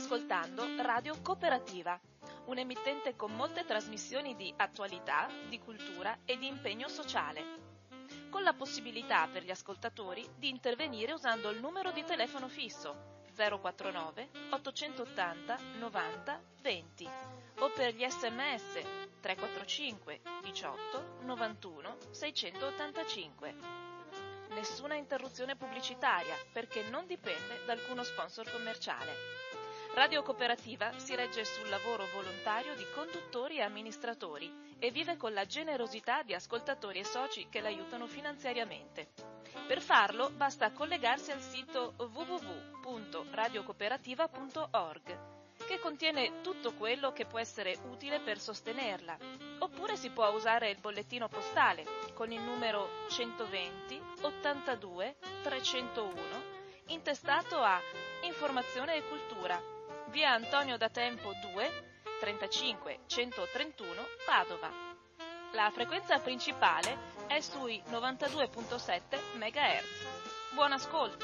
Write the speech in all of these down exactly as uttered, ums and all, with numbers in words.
ascoltando Radio Cooperativa, un'emittente con molte trasmissioni di attualità, di cultura e di impegno sociale, con la possibilità per gli ascoltatori di intervenire usando il numero di telefono fisso zero quattro nove ottocentottanta novanta venti o per gli sms tre quattro cinque diciotto novantuno seicentottantacinque. Nessuna interruzione pubblicitaria perché non dipende da alcuno sponsor commerciale. Radio Cooperativa si regge sul lavoro volontario di conduttori e amministratori e vive con la generosità di ascoltatori e soci che l'aiutano finanziariamente. Per farlo basta collegarsi al sito w w w punto radiocooperativa punto org, che contiene tutto quello che può essere utile per sostenerla, oppure si può usare il bollettino postale con il numero centoventi ottantadue trecentouno intestato a Informazione e Cultura, via Antonio da Tempo due, trentacinque centotrentuno Padova. La frequenza principale è sui novantadue virgola sette megahertz. Buon ascolto!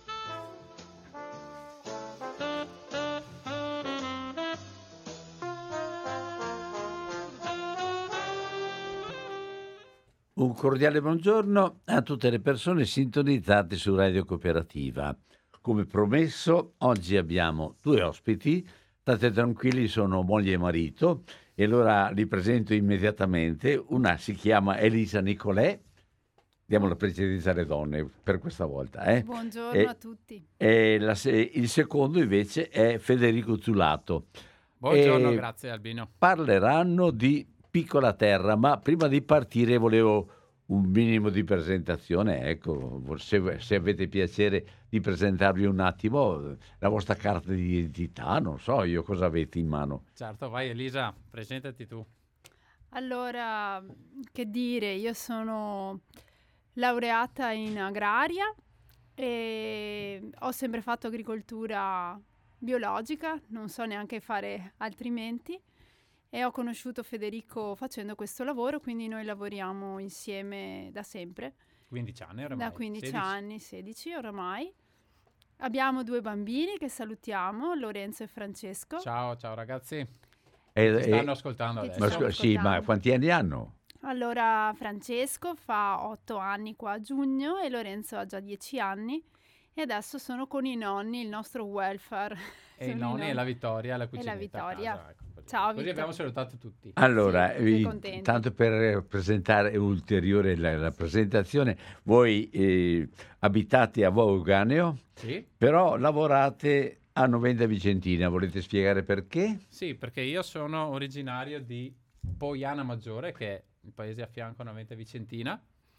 Un cordiale buongiorno a tutte le persone sintonizzate su Radio Cooperativa. Come promesso, oggi abbiamo due ospiti. State tranquilli, sono moglie e marito, e allora li presento immediatamente. Una si chiama Elisa Nicolè, diamo la precedenza alle donne per questa volta. Eh? Buongiorno e, a tutti. E la, il secondo invece è Federico Zulato. Buongiorno, e grazie Albino. Parleranno di Piccola Terra, ma prima di partire volevo un minimo di presentazione, ecco, se, se avete piacere di presentarvi un attimo la vostra carta di identità, non so io cosa avete in mano. Certo, vai Elisa, presentati tu. Allora, che dire, io sono laureata in agraria e ho sempre fatto agricoltura biologica, non so neanche fare altrimenti. E ho conosciuto Federico facendo questo lavoro, quindi noi lavoriamo insieme da sempre. quindici anni oramai. Da quindici sedici anni, sedici oramai. Abbiamo due bambini che salutiamo, Lorenzo e Francesco. Ciao, ciao ragazzi. E, Ti stanno e, ascoltando Che ti adesso. stanno ma, sì, ma quanti anni hanno? Allora, Francesco fa otto anni qua a giugno e Lorenzo ha già dieci anni. E adesso sono con i nonni, il nostro welfare. E i nonni e la Vittoria, la cucinetta la Vittoria. a casa, ecco, così. Ciao, Così Vittor. abbiamo salutato tutti. Allora, Sì, vi- contenti. tanto per presentare ulteriore la, la presentazione, voi eh, abitate a Vaughaneo, Sì? però lavorate a Noventa Vicentina, volete spiegare perché? Sì, perché io sono originario di Poiana Maggiore, che è il paese a fianco a Noventa Vicentina,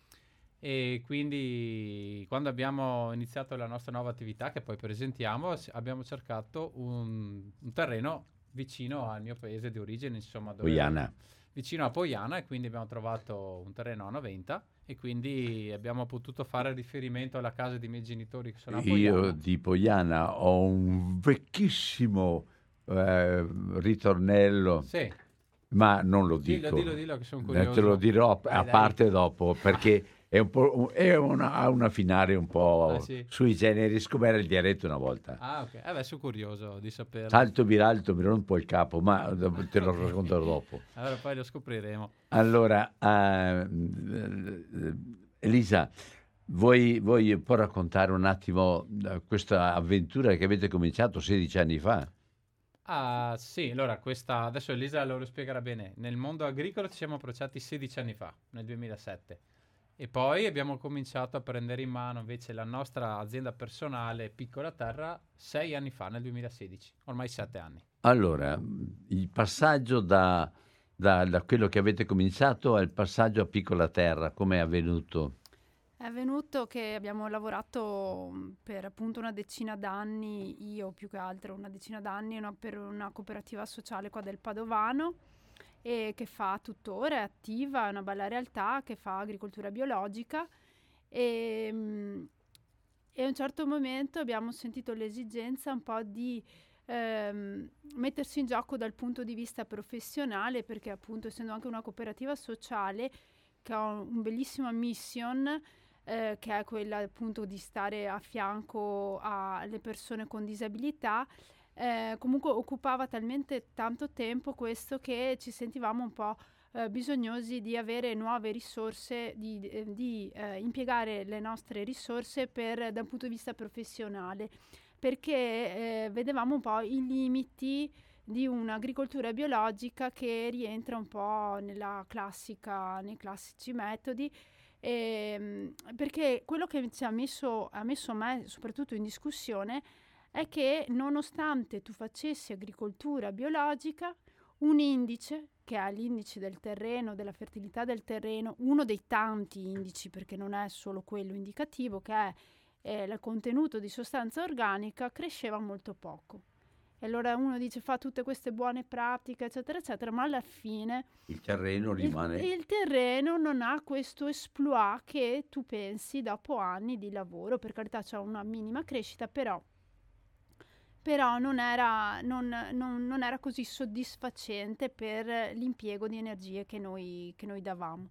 e quindi quando abbiamo iniziato la nostra nuova attività, che poi presentiamo, s- abbiamo cercato un, un terreno vicino al mio paese di origine, insomma, dove Poiana. vicino a Poiana, e quindi abbiamo trovato un terreno a Noventa e quindi abbiamo potuto fare riferimento alla casa dei miei genitori che sono a Poiana. Io di Poiana ho un vecchissimo eh, ritornello, Sì, ma non lo dillo, dico. dillo, dillo che sono Eh, curioso. Te lo dirò a, Dai, a dai. parte dopo, perché è, un po', è una, ha una finale un po' Ah, sì? sui generis, come era il dialetto una volta. Ah, ok. Eh beh, sono curioso di saperlo. Salto viralto, mi rompo il capo, ma dopo- te lo racconterò dopo. Allora poi lo scopriremo. Allora, eh, Elisa, vuoi, vuoi un po' raccontare un attimo eh, questa avventura che avete cominciato sedici anni fa? Ah, sì, allora questa adesso Elisa lo spiegherà bene. Nel mondo agricolo ci siamo approcciati sedici anni fa, nel duemilasette. E poi abbiamo cominciato a prendere in mano invece la nostra azienda personale Piccola Terra sei anni fa, nel duemilasedici, ormai sette anni. Allora, il passaggio da, da- da quello che avete cominciato al passaggio a Piccola Terra, come è avvenuto? È avvenuto che abbiamo lavorato mh, per appunto una decina d'anni, io più che altro una decina d'anni, una- per una cooperativa sociale qua del Padovano, e che fa tuttora, è attiva, è una bella realtà che fa agricoltura biologica e, mh, e a un certo momento abbiamo sentito l'esigenza un po' di ehm, mettersi in gioco dal punto di vista professionale, perché appunto essendo anche una cooperativa sociale che ha un bellissima mission, eh, che è quella appunto di stare a fianco alle persone con disabilità, eh, comunque occupava talmente tanto tempo questo che ci sentivamo un po' eh, bisognosi di avere nuove risorse, di, eh, di eh, impiegare le nostre risorse per, dal punto di vista professionale, perché eh, vedevamo un po' i limiti di un'agricoltura biologica che rientra un po' nella classica, nei classici metodi, ehm, perché quello che ci ha messo, ha messo me soprattutto in discussione è che nonostante tu facessi agricoltura biologica, un indice, che è l'indice del terreno, della fertilità del terreno, uno dei tanti indici, perché non è solo quello indicativo, che è eh, il contenuto di sostanza organica, cresceva molto poco. E allora uno dice fa tutte queste buone pratiche, eccetera, eccetera, ma alla fine il terreno rimane... Il, il terreno non ha questo exploit che tu pensi dopo anni di lavoro. Per carità c'è una minima crescita, però... però non era, non, non, non era così soddisfacente per l'impiego di energie che noi, che noi davamo.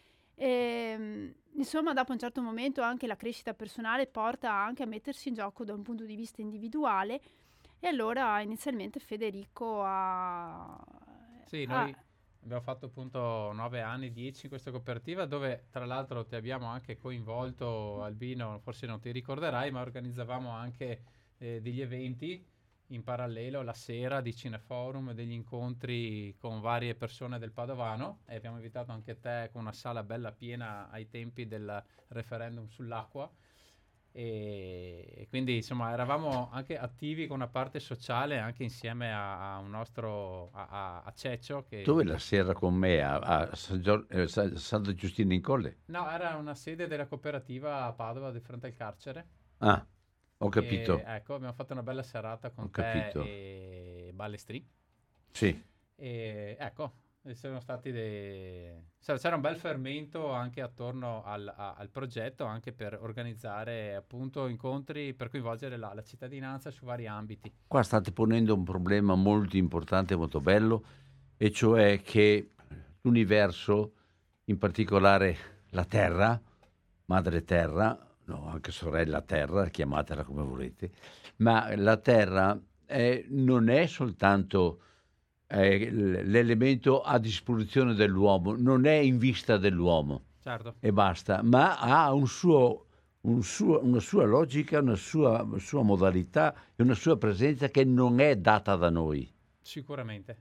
E, insomma, dopo un certo momento anche la crescita personale porta anche a mettersi in gioco da un punto di vista individuale, e allora inizialmente Federico ha... Sì, noi ha, abbiamo fatto appunto nove anni, dieci in questa cooperativa, dove tra l'altro ti abbiamo anche coinvolto, Albino, forse non ti ricorderai, ma organizzavamo anche... Eh, degli eventi in parallelo la sera di Cineforum, degli incontri con varie persone del Padovano, e abbiamo invitato anche te con una sala bella piena ai tempi del referendum sull'acqua, e, e quindi insomma eravamo anche attivi con una parte sociale anche insieme a, a un nostro a, a, a Ceccio che... Dove la sera con me a, a San Gior- eh, Santa Giustina in Colle? No, era una sede della cooperativa a Padova di fronte al carcere. Ah, ho capito. E, ecco, abbiamo fatto una bella serata con Ho te capito. e Ballestri. Sì. E ecco, sono stati dei... c'era un bel fermento anche attorno al, a, al progetto, anche per organizzare appunto incontri per coinvolgere la, la cittadinanza su vari ambiti. Qua state ponendo un problema molto importante, molto bello, e cioè che l'universo, in particolare la Terra, Madre Terra, no, anche sorella Terra, chiamatela come volete, ma la Terra è, non è soltanto eh, l'elemento a disposizione dell'uomo, non è in vista dell'uomo, certo, e basta, ma ha un suo, un suo, una sua logica, una sua, sua modalità e una sua presenza che non è data da noi. Sicuramente.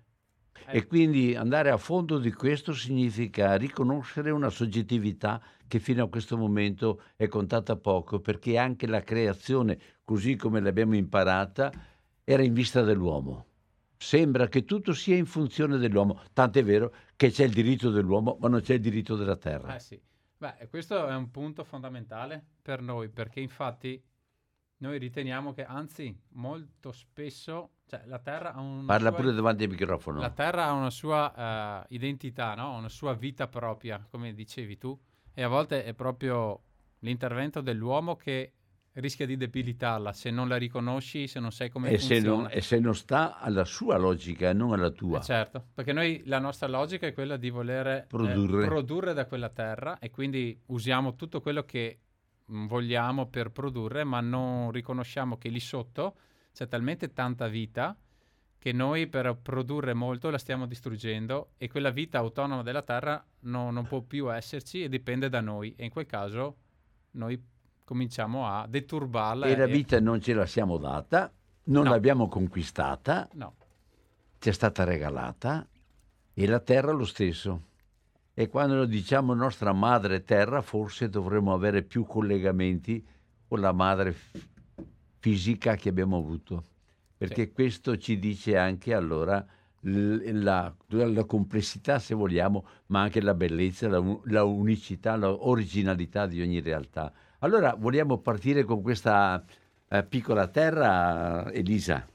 E quindi andare a fondo di questo significa riconoscere una soggettività che fino a questo momento è contata poco, perché anche la creazione, così come l'abbiamo imparata, era in vista dell'uomo. Sembra che tutto sia in funzione dell'uomo, tant'è vero che c'è il diritto dell'uomo, ma non c'è il diritto della terra. Eh sì. Beh, questo è un punto fondamentale per noi, perché infatti noi riteniamo che, anzi, molto spesso, cioè la Terra ha un Parla sua, pure davanti al microfono. La Terra ha una sua uh, identità, no? Una sua vita propria, come dicevi tu, e a volte è proprio l'intervento dell'uomo che rischia di debilitarla se non la riconosci, se non sai come e funziona. Se non, e se non sta alla sua logica e non alla tua. Eh certo, perché noi la nostra logica è quella di voler produrre. Eh, produrre da quella terra, e quindi usiamo tutto quello che vogliamo per produrre, ma non riconosciamo che lì sotto c'è talmente tanta vita che noi per produrre molto la stiamo distruggendo, e quella vita autonoma della terra no, non può più esserci e dipende da noi, e in quel caso noi cominciamo a deturbarla. E la e... vita non ce la siamo data, non no. l'abbiamo conquistata, no. ci è stata regalata, e la terra lo stesso. E quando diciamo nostra madre terra, forse dovremmo avere più collegamenti con la madre f- fisica che abbiamo avuto, perché sì. Questo ci dice anche allora l- la, la complessità, se vogliamo, ma anche la bellezza, la, la unicità, la originalità di ogni realtà. Allora vogliamo partire con questa eh, piccola terra, Elisa?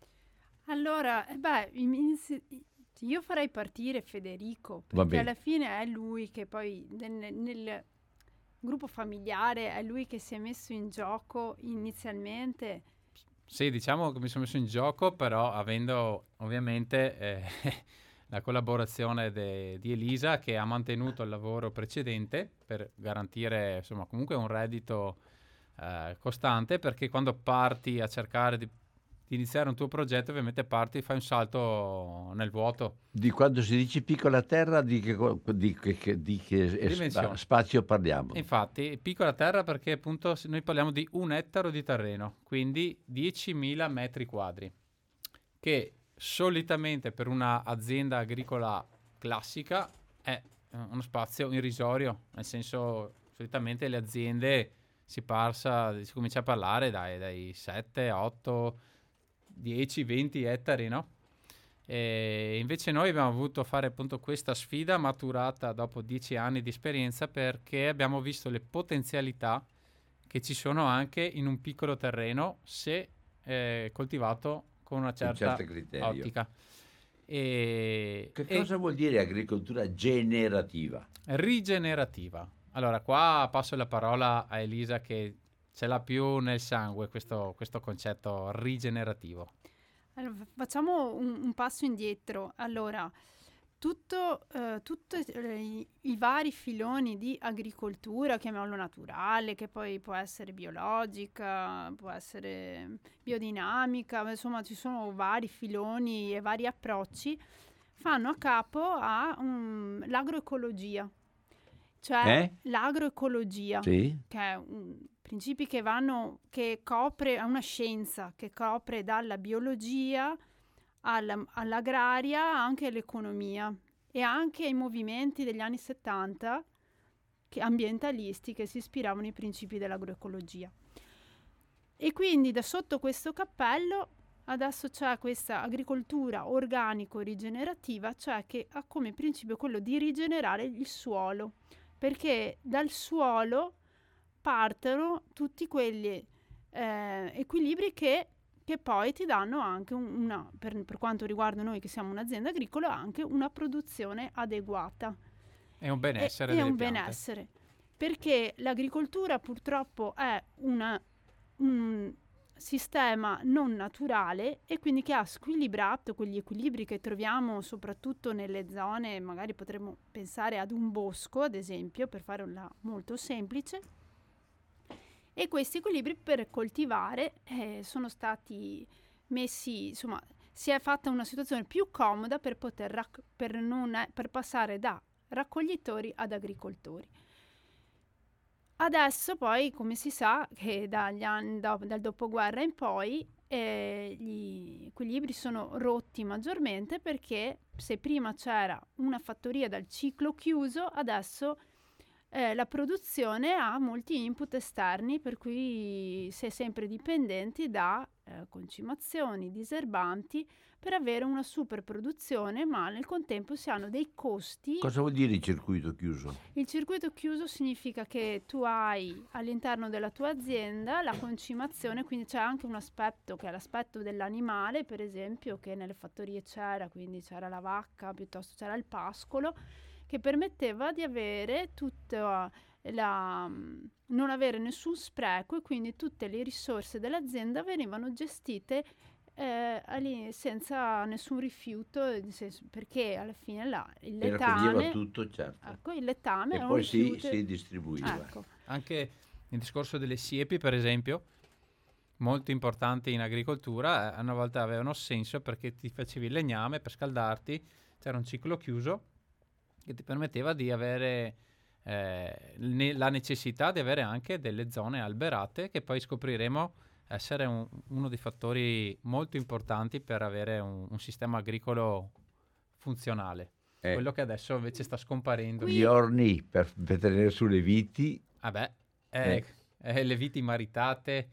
Allora, beh, inizi- io farei partire Federico, perché alla fine è lui che poi nel, nel gruppo familiare è lui che si è messo in gioco inizialmente. Sì, diciamo che mi sono messo in gioco, però avendo ovviamente eh, la collaborazione de, di Elisa, che ha mantenuto il lavoro precedente per garantire insomma comunque un reddito eh, costante, perché quando parti a cercare di di iniziare un tuo progetto, ovviamente parti, fai un salto nel vuoto. Di quando si dice piccola terra, di che, co- di che, che- di che spa- Dimensioni. spazio parliamo? Infatti, piccola terra perché appunto se noi parliamo di un ettaro di terreno, quindi diecimila metri quadri, che solitamente per un'azienda agricola classica è eh, uno spazio irrisorio, nel senso solitamente le aziende si, parsa, si comincia a parlare dai, dai sette, otto, dieci, venti ettari, no? E invece noi abbiamo voluto fare appunto questa sfida maturata dopo dieci anni di esperienza, perché abbiamo visto le potenzialità che ci sono anche in un piccolo terreno se eh, coltivato con una certa certo criterio. ottica. E, Che e cosa vuol dire agricoltura generativa? rigenerativa. Allora, qua passo la parola a Elisa che ce l'ha più nel sangue questo, questo concetto rigenerativo. Allora, fa- facciamo un, un passo indietro. Allora, tutto, eh, tutti i, i vari filoni di agricoltura, chiamiamolo naturale, che poi può essere biologica, può essere biodinamica, insomma ci sono vari filoni e vari approcci, fanno a capo all'agroecologia. Cioè Eh? l'agroecologia, Sì? che è un principi che vanno, che copre, è una scienza che copre dalla biologia alla- all'agraria, anche all'economia e anche ai movimenti degli anni settanta che, ambientalisti che si ispiravano ai principi dell'agroecologia. E quindi da sotto questo cappello adesso c'è questa agricoltura organico-rigenerativa, cioè che ha come principio quello di rigenerare il suolo, perché dal suolo partono tutti quegli eh, equilibri che, che poi ti danno anche un- una, per, per quanto riguarda noi che siamo un'azienda agricola, anche una produzione adeguata. È un benessere E- è delle un piante. benessere, perché l'agricoltura purtroppo è una, un sistema non naturale e quindi che ha squilibrato quegli equilibri che troviamo soprattutto nelle zone, magari potremmo pensare ad un bosco ad esempio, per farla molto semplice, e questi equilibri per coltivare eh, sono stati messi, insomma si è fatta una situazione più comoda per poter rac- per, non è- per passare da raccoglitori ad agricoltori. Adesso poi, come si sa, che dagli anni do- dal dopoguerra in poi eh, gli equilibri sono rotti maggiormente, perché se prima c'era una fattoria dal ciclo chiuso, adesso eh, la produzione ha molti input esterni, per cui si è sempre dipendenti da eh, concimazioni, diserbanti, per avere una super produzione, ma nel contempo si hanno dei costi. Cosa vuol dire il circuito chiuso? Il circuito chiuso significa che tu hai all'interno della tua azienda la concimazione, quindi c'è anche un aspetto che è l'aspetto dell'animale, per esempio, che nelle fattorie c'era, quindi c'era la vacca, piuttosto c'era il pascolo, che permetteva di avere tutta la, non avere nessun spreco, e quindi tutte le risorse dell'azienda venivano gestite eh, ali- senza nessun rifiuto, nel senso- perché alla fine là, il E raccoglieva letame, tutto, certo. ecco, il letame E è un poi si, rifiuto. si distribuiva. Ecco. Anche nel discorso delle siepi, per esempio, molto importanti in agricoltura, eh, una volta avevano senso perché ti facevi il legname per scaldarti, c'era un ciclo chiuso che ti permetteva di avere eh, ne- la necessità di avere anche delle zone alberate, che poi scopriremo essere un- uno dei fattori molto importanti per avere un, un sistema agricolo funzionale. Eh. Quello che adesso invece sta scomparendo. Gli orni per, per tenere su le viti. Vabbè, Eh. eh, eh, le viti maritate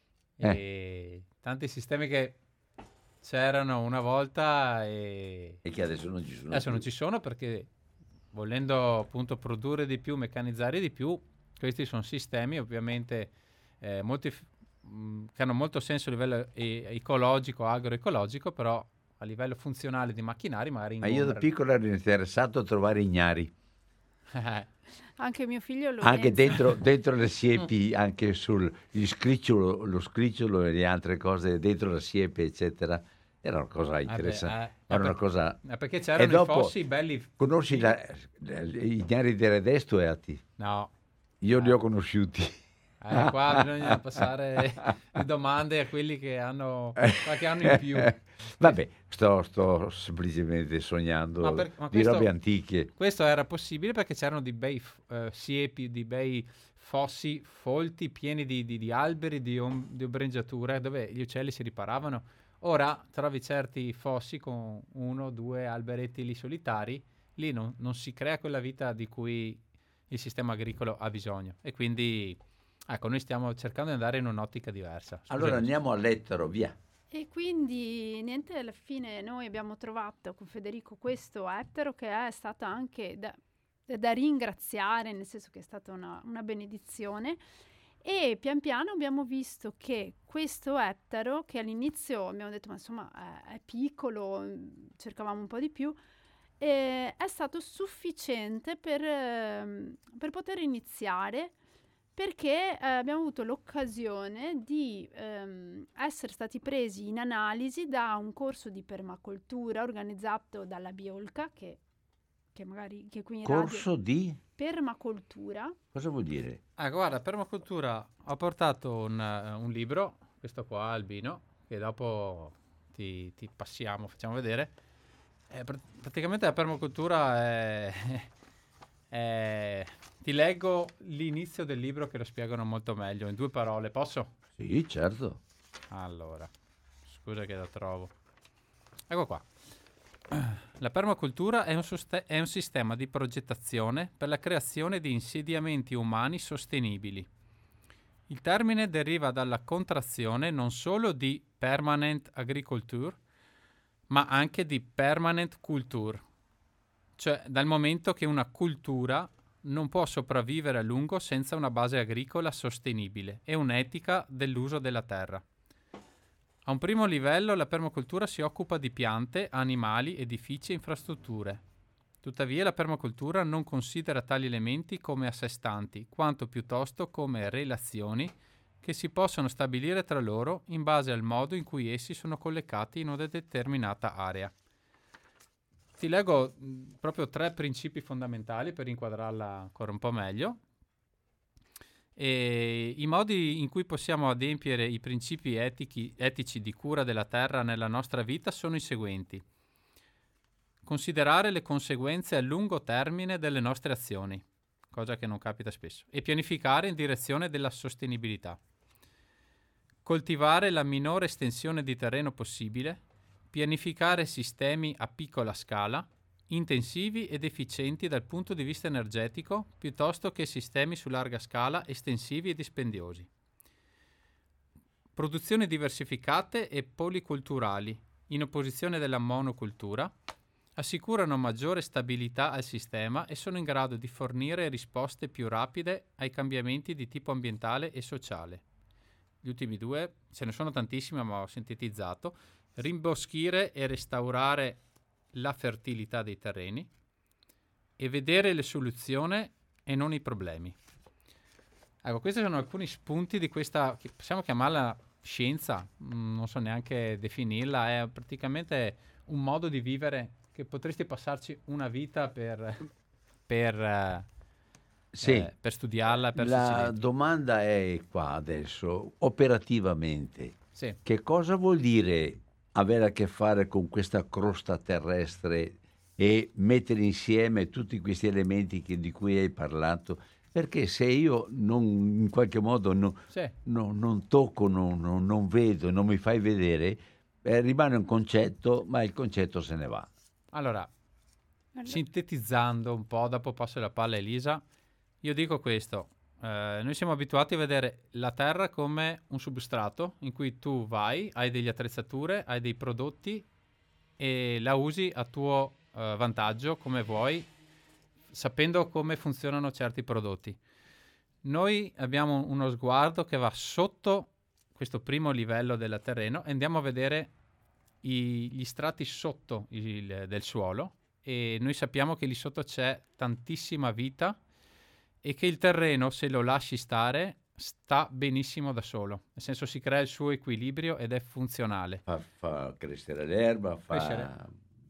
e tanti sistemi che c'erano una volta e E che adesso non ci sono adesso più. non ci sono, perché volendo appunto produrre di più, meccanizzare di più, questi sono sistemi ovviamente eh, molti f- mh, che hanno molto senso a livello e- ecologico, agroecologico, però a livello funzionale di macchinari magari Ma io da ingombrano. piccolo ero interessato a trovare ignari. Anche mio figlio lo Anche pensa. dentro, dentro le siepi, anche sul il scricciolo, lo scricciolo e le altre cose dentro la siepe, eccetera. Era una cosa interessante. eh, Era una per- cosa... eh, perché c'erano E dopo- i fossi belli. Conosci la, gli ignari di Redesto e Atti? No, Io li Eh. ho conosciuti. Eh, qua bisogna passare le domande a quelli che hanno qualche anno in più. Vabbè, sto, sto semplicemente sognando Ma per- ma di robe questo- antiche. Questo era possibile perché c'erano dei bei f- eh, siepi, di bei fossi folti pieni di, di- di alberi, di, om- di ombreggiature dove gli uccelli si riparavano. Ora trovi certi fossi con uno, due alberetti lì solitari, lì non, non si crea quella vita di cui il sistema agricolo ha bisogno. E quindi, ecco, noi stiamo cercando di andare in un'ottica diversa. Scusami. Allora andiamo all'ettero, via. E quindi niente, alla fine noi abbiamo trovato con Federico questo ettaro che è stata anche da, da ringraziare, nel senso che è stata una, una benedizione. E pian piano abbiamo visto che questo ettaro, che all'inizio abbiamo detto ma insomma è, è piccolo, mm, cercavamo un po' di più, eh, è stato sufficiente per, ehm, per poter iniziare, perché eh, abbiamo avuto l'occasione di ehm, essere stati presi in analisi da un corso di permacultura organizzato dalla Biolca, che, che magari che qui in Corso radio... di... Permacultura. Cosa vuol dire? Ah, guarda, permacultura, ho portato un, eh, un libro, questo qua, Albino, che dopo ti, ti passiamo, facciamo vedere. Eh, pr- praticamente la permacultura è, è- Ti leggo l'inizio del libro che lo spiegano molto meglio, in due parole, posso? Sì, certo. Allora, scusa che la trovo. Ecco qua. La permacultura è un, soste- è un sistema di progettazione per la creazione di insediamenti umani sostenibili. Il termine deriva dalla contrazione non solo di permanent agriculture, ma anche di permanent culture, cioè dal momento che una cultura non può sopravvivere a lungo senza una base agricola sostenibile e un'etica dell'uso della terra. A un primo livello la permacultura si occupa di piante, animali, edifici e infrastrutture. Tuttavia la permacultura non considera tali elementi come a sé stanti, quanto piuttosto come relazioni che si possono stabilire tra loro in base al modo in cui essi sono collegati in una determinata area. Ti leggo mh, proprio tre principi fondamentali per inquadrarla ancora un po' meglio. E i modi in cui possiamo adempiere i principi etici, etici di cura della terra nella nostra vita sono i seguenti. Considerare le conseguenze a lungo termine delle nostre azioni, cosa che non capita spesso, e pianificare in direzione della sostenibilità. Coltivare la minore estensione di terreno possibile, pianificare sistemi a piccola scala, intensivi ed efficienti dal punto di vista energetico, piuttosto che sistemi su larga scala estensivi e dispendiosi. Produzioni diversificate e policulturali, in opposizione della monocultura, assicurano maggiore stabilità al sistema e sono in grado di fornire risposte più rapide ai cambiamenti di tipo ambientale e sociale. Gli ultimi due, ce ne sono tantissimi ma ho sintetizzato, rimboschire e restaurare la fertilità dei terreni e vedere le soluzioni e non i problemi. Ecco, questi sono alcuni spunti di questa, che possiamo chiamarla scienza, mh, non so neanche definirla, è praticamente un modo di vivere che potresti passarci una vita per, per, eh, Sì. eh, per studiarla, per La farci domanda è qua adesso, operativamente. Sì. Che cosa vuol dire avere a che fare con questa crosta terrestre e mettere insieme tutti questi elementi che- di cui hai parlato? Perché se io non, in qualche modo no- Sì. no- non tocco, non, non- non vedo, non mi fai vedere, eh, rimane un concetto, ma il concetto se ne va. Allora, Allora, sintetizzando un po', dopo passo la palla a Elisa, io dico questo. Eh, noi siamo abituati a vedere la terra come un substrato in cui tu vai, hai delle attrezzature, hai dei prodotti e la usi a tuo eh, vantaggio come vuoi, sapendo come funzionano certi prodotti. Noi abbiamo uno sguardo che va sotto questo primo livello del terreno e andiamo a vedere i- gli strati sotto il- del suolo e noi sappiamo che lì sotto c'è tantissima vita e che il terreno, se lo lasci stare, sta benissimo da solo, nel senso si crea il suo equilibrio ed è funzionale. Fa, fa crescere l'erba, fa Crescere.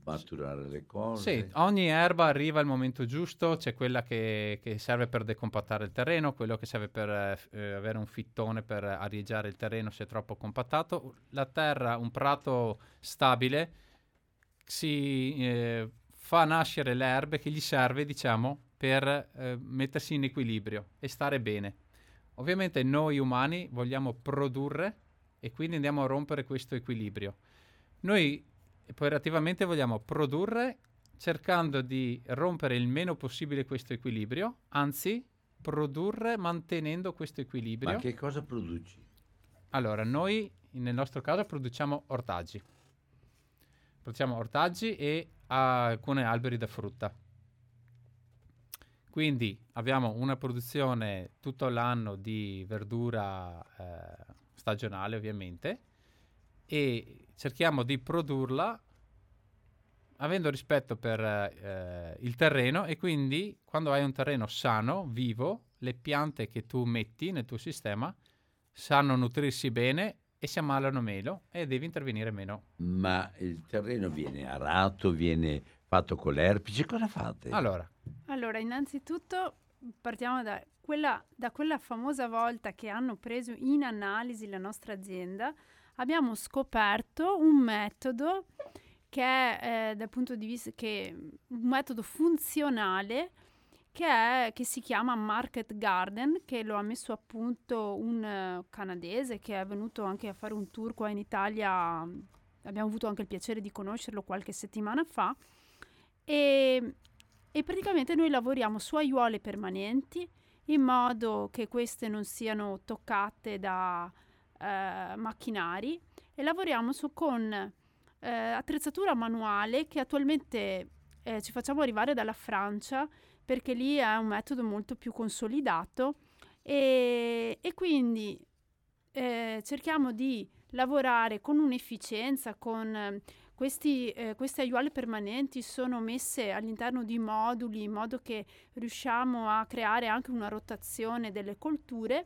maturare le cose. Sì, ogni erba arriva al momento giusto, c'è quella che, che serve per decompattare il terreno, quello che serve per eh, avere un fittone per arieggiare il terreno se è troppo compattato. La terra, un prato stabile, si eh, fa nascere le erbe che gli serve, diciamo, per eh, mettersi in equilibrio e stare bene. Ovviamente noi umani vogliamo produrre e quindi andiamo a rompere questo equilibrio. Noi operativamente vogliamo produrre cercando di rompere il meno possibile questo equilibrio, anzi produrre mantenendo questo equilibrio. Ma che cosa produci? Allora, noi nel nostro caso produciamo ortaggi. Produciamo ortaggi e alcuni alberi da frutta. Quindi abbiamo una produzione tutto l'anno di verdura eh, stagionale, ovviamente, e cerchiamo di produrla avendo rispetto per eh, il terreno, e quindi quando hai un terreno sano, vivo, le piante che tu metti nel tuo sistema sanno nutrirsi bene e si ammalano meno e devi intervenire meno. Ma il terreno viene arato, viene fatto con l'erpice, cosa fate? Allora, Allora, innanzitutto partiamo da quella, da quella famosa volta che hanno preso in analisi la nostra azienda. Abbiamo scoperto un metodo che è eh, dal punto di vista che un metodo funzionale che, è, che si chiama Market Garden, che lo ha messo a punto un uh, canadese che è venuto anche a fare un tour qua in Italia. Abbiamo avuto anche il piacere di conoscerlo qualche settimana fa, e, e praticamente noi lavoriamo su aiuole permanenti in modo che queste non siano toccate da eh, macchinari, e lavoriamo su con eh, attrezzatura manuale che attualmente eh, ci facciamo arrivare dalla Francia, perché lì è un metodo molto più consolidato, e, e quindi eh, cerchiamo di lavorare con un'efficienza, con eh, questi, eh, queste aiuole permanenti sono messe all'interno di moduli in modo che riusciamo a creare anche una rotazione delle colture,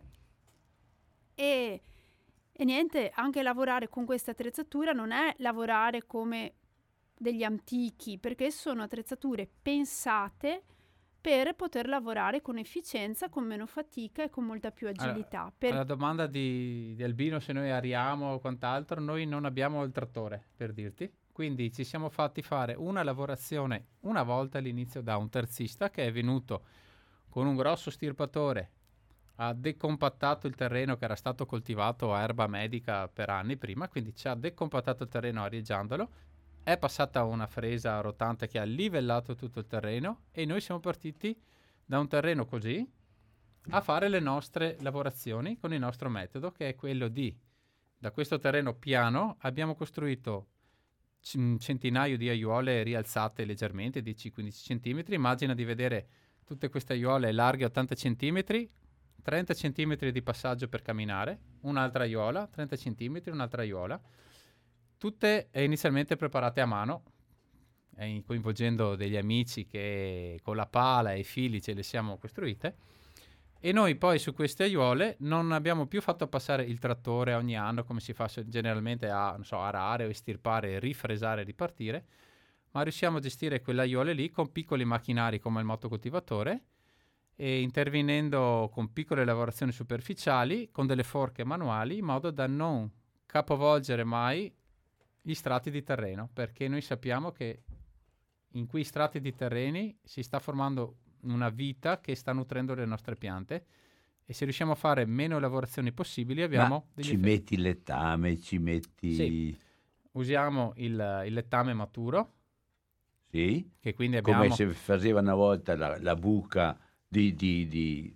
e, e niente, anche lavorare con questa attrezzatura non è lavorare come degli antichi, perché sono attrezzature pensate per poter lavorare con efficienza, con meno fatica e con molta più agilità. Allora, per... alla domanda di, di Albino se noi ariamo o quant'altro, noi non abbiamo il trattore, per dirti. Quindi ci siamo fatti fare una lavorazione una volta all'inizio da un terzista che è venuto con un grosso stirpatore, ha decompattato il terreno che era stato coltivato a erba medica per anni prima, quindi ci ha decompattato il terreno arieggiandolo. È passata una fresa rotante che ha livellato tutto il terreno, e noi siamo partiti da un terreno così a fare le nostre lavorazioni con il nostro metodo, che è quello di, da questo terreno piano abbiamo costruito c- un centinaio di aiuole rialzate leggermente, dieci quindici centimetri. Immagina di vedere tutte queste aiuole larghe ottanta centimetri, trenta centimetri di passaggio per camminare, un'altra aiuola, trenta centimetri, un'altra aiuola, tutte inizialmente preparate a mano, eh, coinvolgendo degli amici che con la pala e i fili ce le siamo costruite, e noi poi su queste aiuole non abbiamo più fatto passare il trattore ogni anno come si fa generalmente a, non so, arare o estirpare, rifresare e ripartire, ma riusciamo a gestire quelle aiuole lì con piccoli macchinari come il motocoltivatore, e intervenendo con piccole lavorazioni superficiali con delle forche manuali, in modo da non capovolgere mai gli strati di terreno, perché noi sappiamo che in quei strati di terreni si sta formando una vita che sta nutrendo le nostre piante, e se riusciamo a fare meno lavorazioni possibili abbiamo Ma degli ci effetti. metti il lettame, ci metti... Sì. Usiamo il, il lettame maturo, Sì? che quindi abbiamo... Come si faceva una volta la, la buca di, di, di,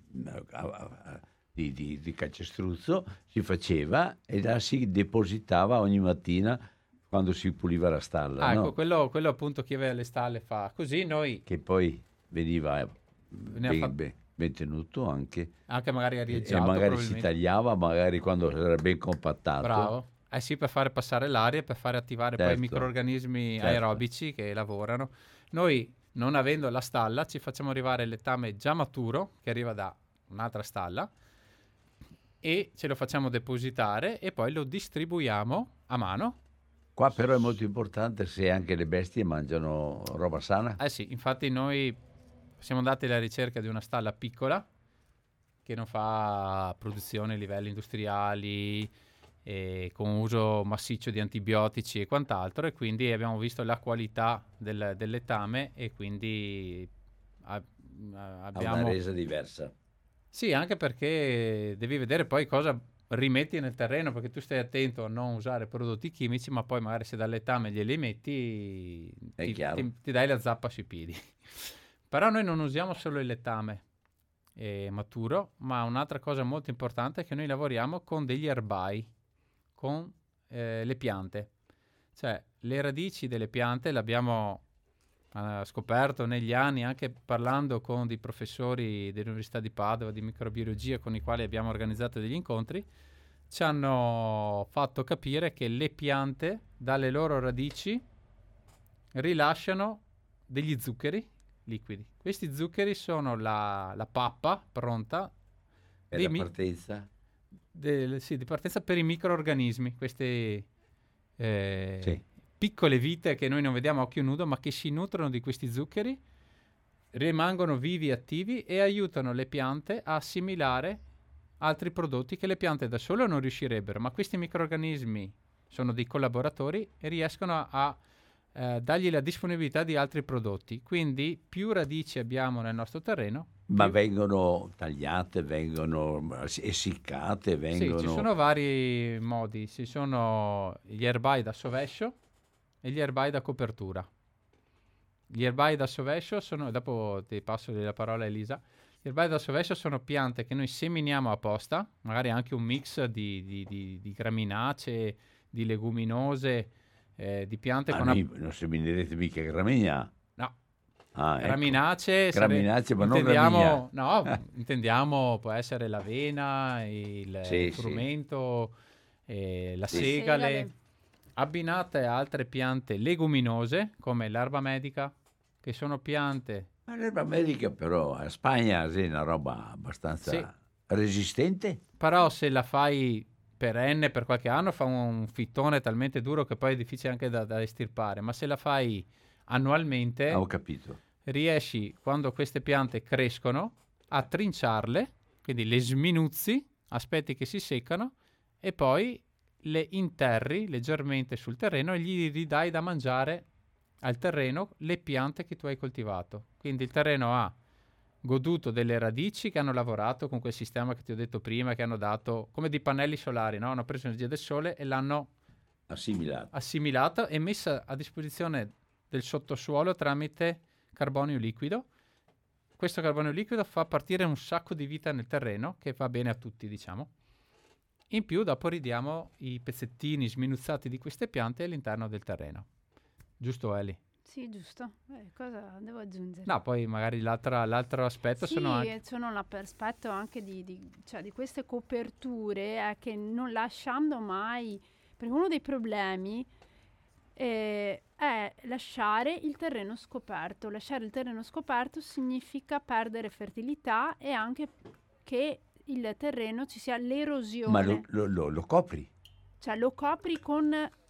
di, di, di calcestruzzo, si faceva e la si depositava ogni mattina quando si puliva la stalla, Ah, no? ecco, quello, quello appunto chi aveva le stalle fa così. Noi Che poi veniva eh, ne ha ben, fat- ben, ben tenuto anche, anche magari e, arieggiato, e magari si probabilmente. tagliava magari quando era ben compattato. Bravo. Eh sì, per fare passare l'aria, per fare attivare poi i Certo. microrganismi Certo. aerobici che lavorano. Noi, non avendo la stalla, ci facciamo arrivare il lettame già maturo, che arriva da un'altra stalla, e ce lo facciamo depositare e poi lo distribuiamo a mano Qua però è molto importante se anche le bestie mangiano roba sana. Eh sì, infatti noi siamo andati alla ricerca di una stalla piccola che non fa produzione a livelli industriali e con uso massiccio di antibiotici e quant'altro, e quindi abbiamo visto la qualità del, del letame, e quindi a, a- Ha abbiamo... una resa diversa. Sì, anche perché devi vedere poi cosa rimetti nel terreno, perché tu stai attento a non usare prodotti chimici, ma poi magari se dal letame glieli metti È ti, chiaro. ti- ti dai la zappa sui piedi. Però noi non usiamo solo il letame eh, maturo, ma un'altra cosa molto importante è che noi lavoriamo con degli erbai, con eh, le piante. Cioè le radici delle piante le abbiamo eh, scoperto negli anni, anche parlando con dei professori dell'Università di Padova di microbiologia con i quali abbiamo organizzato degli incontri. Ci hanno fatto capire che le piante dalle loro radici rilasciano degli zuccheri liquidi. Questi zuccheri sono la, la pappa pronta È dei la mi- partenza. del- sì, di partenza per i microorganismi, queste eh, Sì. piccole vite che noi non vediamo a occhio nudo, ma che si nutrono di questi zuccheri, rimangono vivi e attivi e aiutano le piante a assimilare altri prodotti che le piante da solo non riuscirebbero, ma questi microorganismi sono dei collaboratori e riescono a, a eh, dargli la disponibilità di altri prodotti. Quindi più radici abbiamo nel nostro terreno, Ma più- vengono tagliate, vengono essiccate, vengono... Sì, ci sono vari modi. Ci sono gli erbai da sovescio e gli erbai da copertura. Gli erbai da sovescio sono, dopo ti passo la parola a Elisa, gli erbai da sovescio sono piante che noi seminiamo apposta, magari anche un mix di, di, di, di graminacee, di leguminose, eh, di piante Ma con... noi app- non seminerete mica gramigna. no, Ah, ecco. graminacee, sare- Graminacee, ma non intendiamo, gramigna. no, intendiamo può essere l'avena, il, Sì, il sì. frumento, eh, la Sì. segale, Segale. abbinate a altre piante leguminose come l'erba medica, che sono piante, Ma l'erba medica però a Spagna è una roba abbastanza Sì. resistente. però se la fai perenne per qualche anno fa un fittone talmente duro che poi è difficile anche da, da estirpare, ma se la fai annualmente Ah, ho capito. riesci, quando queste piante crescono, a trinciarle, quindi le sminuzzi, aspetti che si seccano e poi le interri leggermente sul terreno e gli ridai da mangiare al terreno le piante che tu hai coltivato. Quindi il terreno ha goduto delle radici che hanno lavorato con quel sistema che ti ho detto prima, che hanno dato come dei pannelli solari, no? Hanno preso energia del sole e l'hanno Assimilato. assimilata e messa a disposizione del sottosuolo tramite carbonio liquido. Questo carbonio liquido fa partire un sacco di vita nel terreno che va bene a tutti, diciamo. In più dopo ridiamo i pezzettini sminuzzati di queste piante all'interno del terreno. Giusto, Eli? Sì, giusto. Eh, cosa devo aggiungere? No, poi magari l'altra- l'altro aspetto Sì, sono anche... e sono l'aspetto anche di, di- cioè, di queste coperture è che non lasciando mai, perché uno dei problemi eh, è lasciare il terreno scoperto. Lasciare il terreno scoperto significa perdere fertilità e anche che il terreno ci sia l'erosione. Ma lo, lo- lo- lo copri? Cioè lo copri con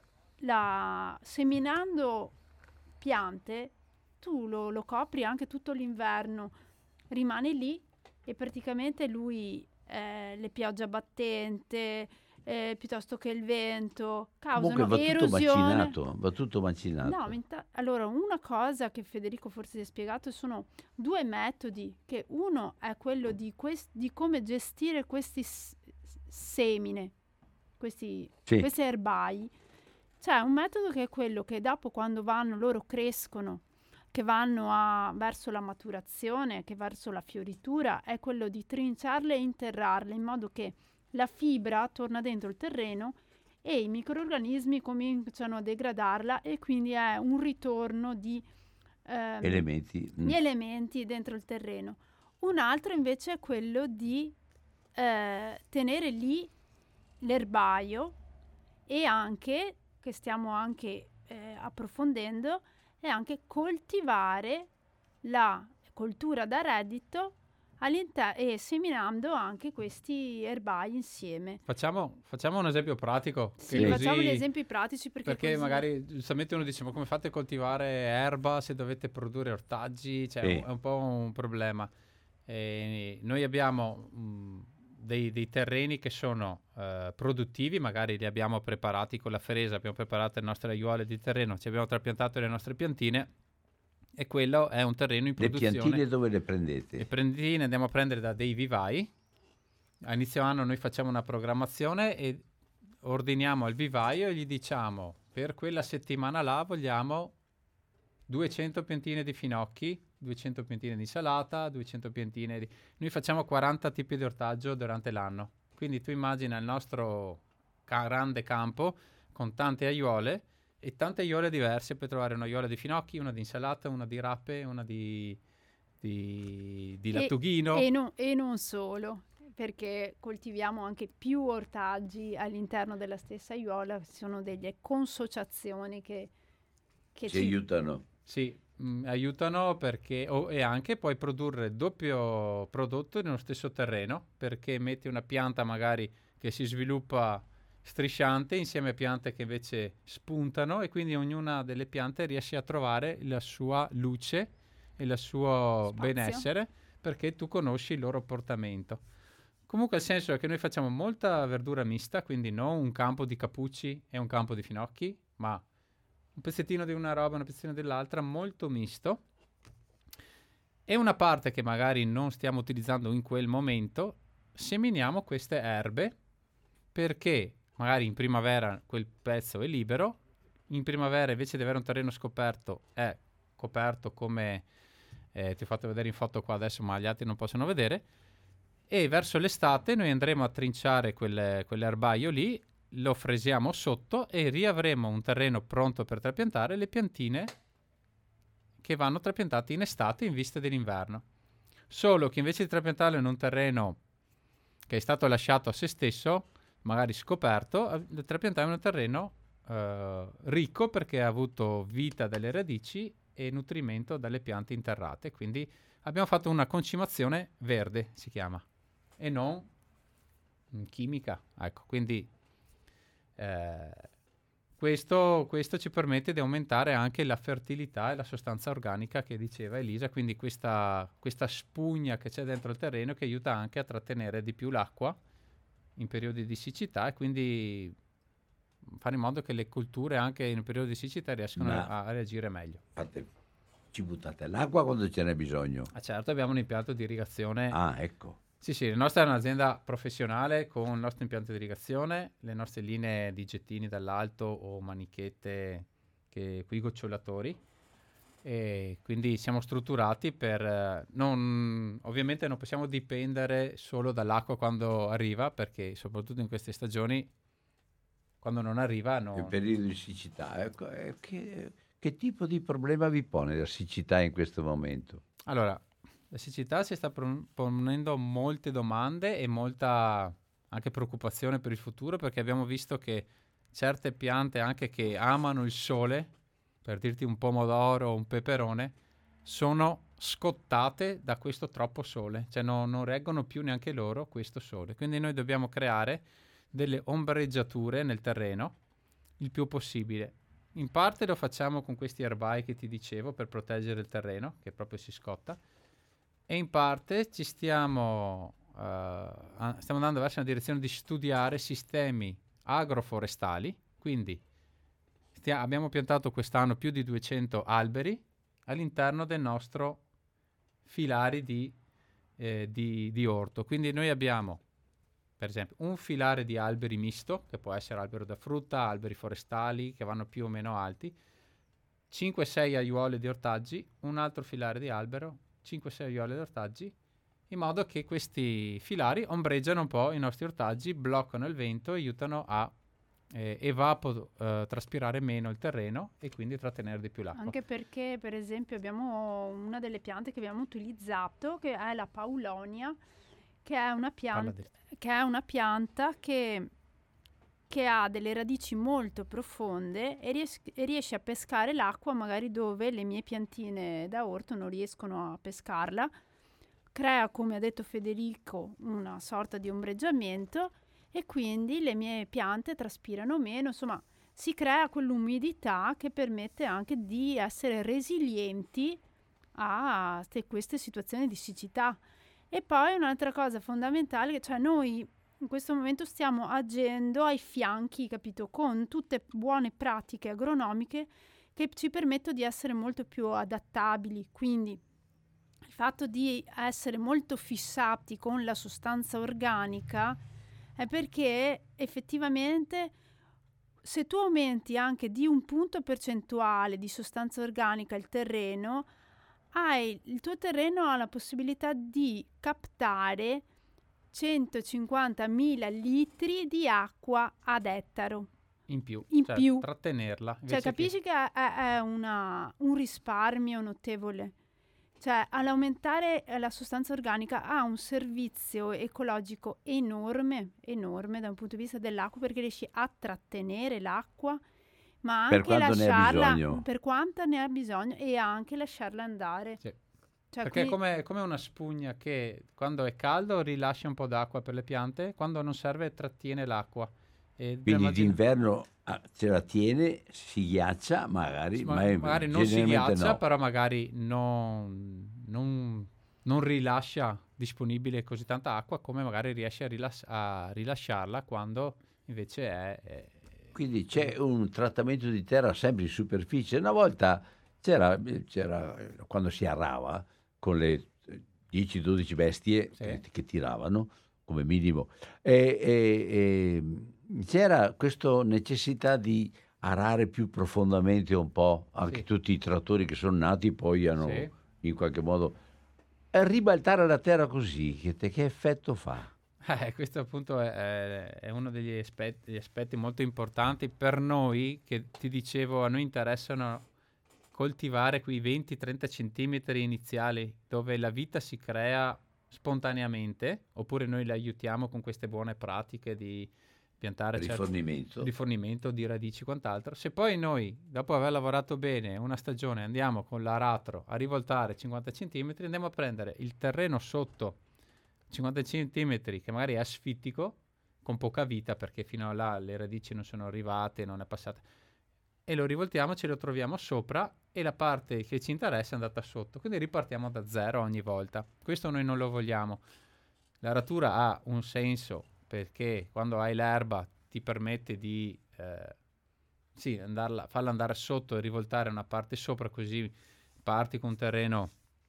la... seminando piante, tu lo, lo copri anche tutto l'inverno, rimane lì e praticamente lui, eh, le piogge battente, eh, piuttosto che il vento, Comunque causano va tutto erosione. macinato, va tutto macinato. No, ma inta- allora una cosa che Federico forse ti ha spiegato sono due metodi, che uno è quello di, quest- di come gestire questi s- semine, questi, Sì. questi erbai. C'è un metodo che è quello che dopo quando vanno, loro crescono, che vanno a- verso la maturazione, che verso la fioritura, è quello di trinciarle e interrarle in modo che la fibra torna dentro il terreno e i microrganismi cominciano a degradarla e quindi è un ritorno di ehm, Elementi. mm. gli elementi dentro il terreno. Un altro invece è quello di eh, tenere lì l'erbaio e anche, che stiamo anche eh, approfondendo, è anche coltivare la coltura da reddito all'inter- e seminando anche questi erbai insieme. Facciamo, facciamo un esempio pratico. Sì, che facciamo così- gli esempi pratici perché, Perché così- magari giustamente uno dice: ma come fate a coltivare erba se dovete produrre ortaggi? Cioè, Sì. è un- è un po' un problema. E noi abbiamo mh, dei, dei terreni che sono eh, produttivi, magari li abbiamo preparati con la fresa, abbiamo preparato le nostre aiuole di terreno, ci abbiamo trapiantato le nostre piantine e quello è un terreno in Le produzione. piantine dove le prendete? Le piantine andiamo a prendere da dei vivai. A inizio anno noi facciamo una programmazione e ordiniamo al vivaio e gli diciamo: per quella settimana là vogliamo duecento piantine di finocchi, duecento piantine di insalata, duecento piantine di... Noi facciamo quaranta tipi di ortaggio durante l'anno. Quindi tu immagina il nostro ca- grande campo con tante aiuole e tante aiuole diverse. Puoi trovare un'aiuola di finocchi, una di insalata, una di rape, una di, di, di E- lattughino. E, non- e non solo, perché coltiviamo anche più ortaggi all'interno della stessa aiuola, sono delle consociazioni che, che Ci aiutano. Sì, mh, aiutano perché o- e anche puoi produrre doppio prodotto nello stesso terreno, perché metti una pianta magari che si sviluppa strisciante insieme a piante che invece spuntano e quindi ognuna delle piante riesce a trovare la sua luce e il suo Spazio. benessere perché tu conosci il loro portamento. Comunque il senso è che noi facciamo molta verdura mista, quindi non un campo di cappucci e un campo di finocchi, ma un pezzettino di una roba, un pezzettino dell'altra, molto misto. E una parte che magari non stiamo utilizzando in quel momento, seminiamo queste erbe perché magari in primavera quel pezzo è libero, in primavera invece di avere un terreno scoperto è coperto come eh, ti ho fatto vedere in foto qua adesso, ma gli altri non possono vedere. E verso l'estate noi andremo a trinciare quelle, quell'erbaio lì, lo fresiamo sotto e riavremo un terreno pronto per trapiantare le piantine che vanno trapiantate in estate in vista dell'inverno. Solo che invece di trapiantarlo in un terreno che è stato lasciato a se stesso, magari scoperto, eh, lo trapiantiamo in un terreno eh, ricco perché ha avuto vita dalle radici e nutrimento dalle piante interrate. Quindi abbiamo fatto una concimazione verde, si chiama, e non mm, chimica. Ecco, quindi eh, questo, questo ci permette di aumentare anche la fertilità e la sostanza organica che diceva Elisa, quindi questa, questa spugna che c'è dentro il terreno che aiuta anche a trattenere di più l'acqua in periodi di siccità e quindi fare in modo che le colture anche in periodo di siccità riescano Ma- a, a reagire meglio. Fate, ci buttate l'acqua quando ce n'è bisogno. Ah, certo, abbiamo un impianto di irrigazione. Ah, ecco. Sì, sì, la nostra è un'azienda professionale con il nostro impianto di irrigazione, le nostre linee di gettini dall'alto o manichette che, qui gocciolatori. E quindi siamo strutturati per eh, non, ovviamente non possiamo dipendere solo dall'acqua quando arriva, perché soprattutto in queste stagioni, quando non arriva, no. Il periodo di siccità. Ecco, eh, che, che tipo di problema vi pone la siccità in questo momento? Allora, la siccità si sta pon- ponendo molte domande e molta anche preoccupazione per il futuro, perché abbiamo visto che certe piante anche che amano il sole, per dirti un pomodoro o un peperone, sono scottate da questo troppo sole, cioè no- non reggono più neanche loro questo sole. Quindi noi dobbiamo creare delle ombreggiature nel terreno il più possibile. In parte lo facciamo con questi erbai che ti dicevo per proteggere il terreno, che proprio si scotta, e in parte ci stiamo, uh, a- stiamo andando verso una direzione di studiare sistemi agroforestali, quindi stia- abbiamo piantato quest'anno più di duecento alberi all'interno del nostro filari di, eh, di, di orto. Quindi noi abbiamo, per esempio, un filare di alberi misto, che può essere albero da frutta, alberi forestali, che vanno più o meno alti, cinque sei aiuole di ortaggi, un altro filare di albero, cinque sei aiuole di ortaggi, in modo che questi filari ombreggiano un po' i nostri ortaggi, bloccano il vento, aiutano a eh, evapotranspirare meno il terreno e quindi trattenere di più l'acqua. Anche perché, per esempio, abbiamo una delle piante che abbiamo utilizzato, che è la paulonia, che è una Parla pianta, di- che, è una pianta che, che ha delle radici molto profonde e, ries- e riesce a pescare l'acqua magari dove le mie piantine da orto non riescono a pescarla, crea, come ha detto Federico, una sorta di ombreggiamento e quindi le mie piante traspirano meno, insomma si crea quell'umidità che permette anche di essere resilienti a ste- queste situazioni di siccità. E poi un'altra cosa fondamentale, cioè noi in questo momento stiamo agendo ai fianchi, capito, con tutte buone pratiche agronomiche che ci permettono di essere molto più adattabili, quindi il fatto di essere molto fissati con la sostanza organica è perché effettivamente se tu aumenti anche di un punto percentuale di sostanza organica il terreno, hai, il tuo terreno ha la possibilità di captare centocinquantamila litri di acqua ad ettaro. In più, In cioè più. trattenerla. Cioè invece capisci che, che è, è una, un risparmio notevole. Cioè all'aumentare la sostanza organica ha un servizio ecologico enorme, enorme da un punto di vista dell'acqua, perché riesci a trattenere l'acqua, ma Per anche quanto ne ha lasciarla bisogno. per quanta ne ha bisogno e anche lasciarla andare. Sì. Cioè, Perché è quindi- come, come una spugna che quando è caldo rilascia un po' d'acqua per le piante, quando non serve trattiene l'acqua. E Quindi immagina- d'inverno ah, ce la tiene, si ghiaccia magari, ma- ma è- magari non si generalmente ghiaccia, no. però magari non, non- non rilascia disponibile così tanta acqua come magari riesce a, rilas- a rilasciarla quando invece è... è- Quindi c'è un trattamento di terra sempre in superficie. Una volta c'era, c'era eh, quando si arava con le eh, dieci dodici bestie Sì. che, che tiravano come minimo, e, e- e c'era questa necessità di arare più profondamente un po', anche Sì. tutti i trattori che sono nati poi hanno Sì. in qualche modo eh, ribaltare la terra così, che, te- che effetto fa? Eh, questo appunto è, è- è uno degli aspetti, degli aspetti molto importanti per noi, che ti dicevo, a noi interessano coltivare quei venti trenta centimetri iniziali dove la vita si crea spontaneamente, oppure noi la aiutiamo con queste buone pratiche di piantare certo- Rifornimento. rifornimento di radici e quant'altro. Se poi noi, dopo aver lavorato bene una stagione, andiamo con l'aratro a rivoltare cinquanta centimetri, andiamo a prendere il terreno sotto cinquanta centimetri che magari è asfittico, con poca vita perché fino a là le radici non sono arrivate, non è passata, e lo rivoltiamo, ce lo troviamo sopra e la parte che ci interessa è andata sotto, quindi ripartiamo da zero ogni volta. Questo noi non lo vogliamo. L'aratura ha un senso perché quando hai l'erba ti permette di eh, sì, andarla, farla andare sotto e rivoltare una parte sopra, così parti con un terreno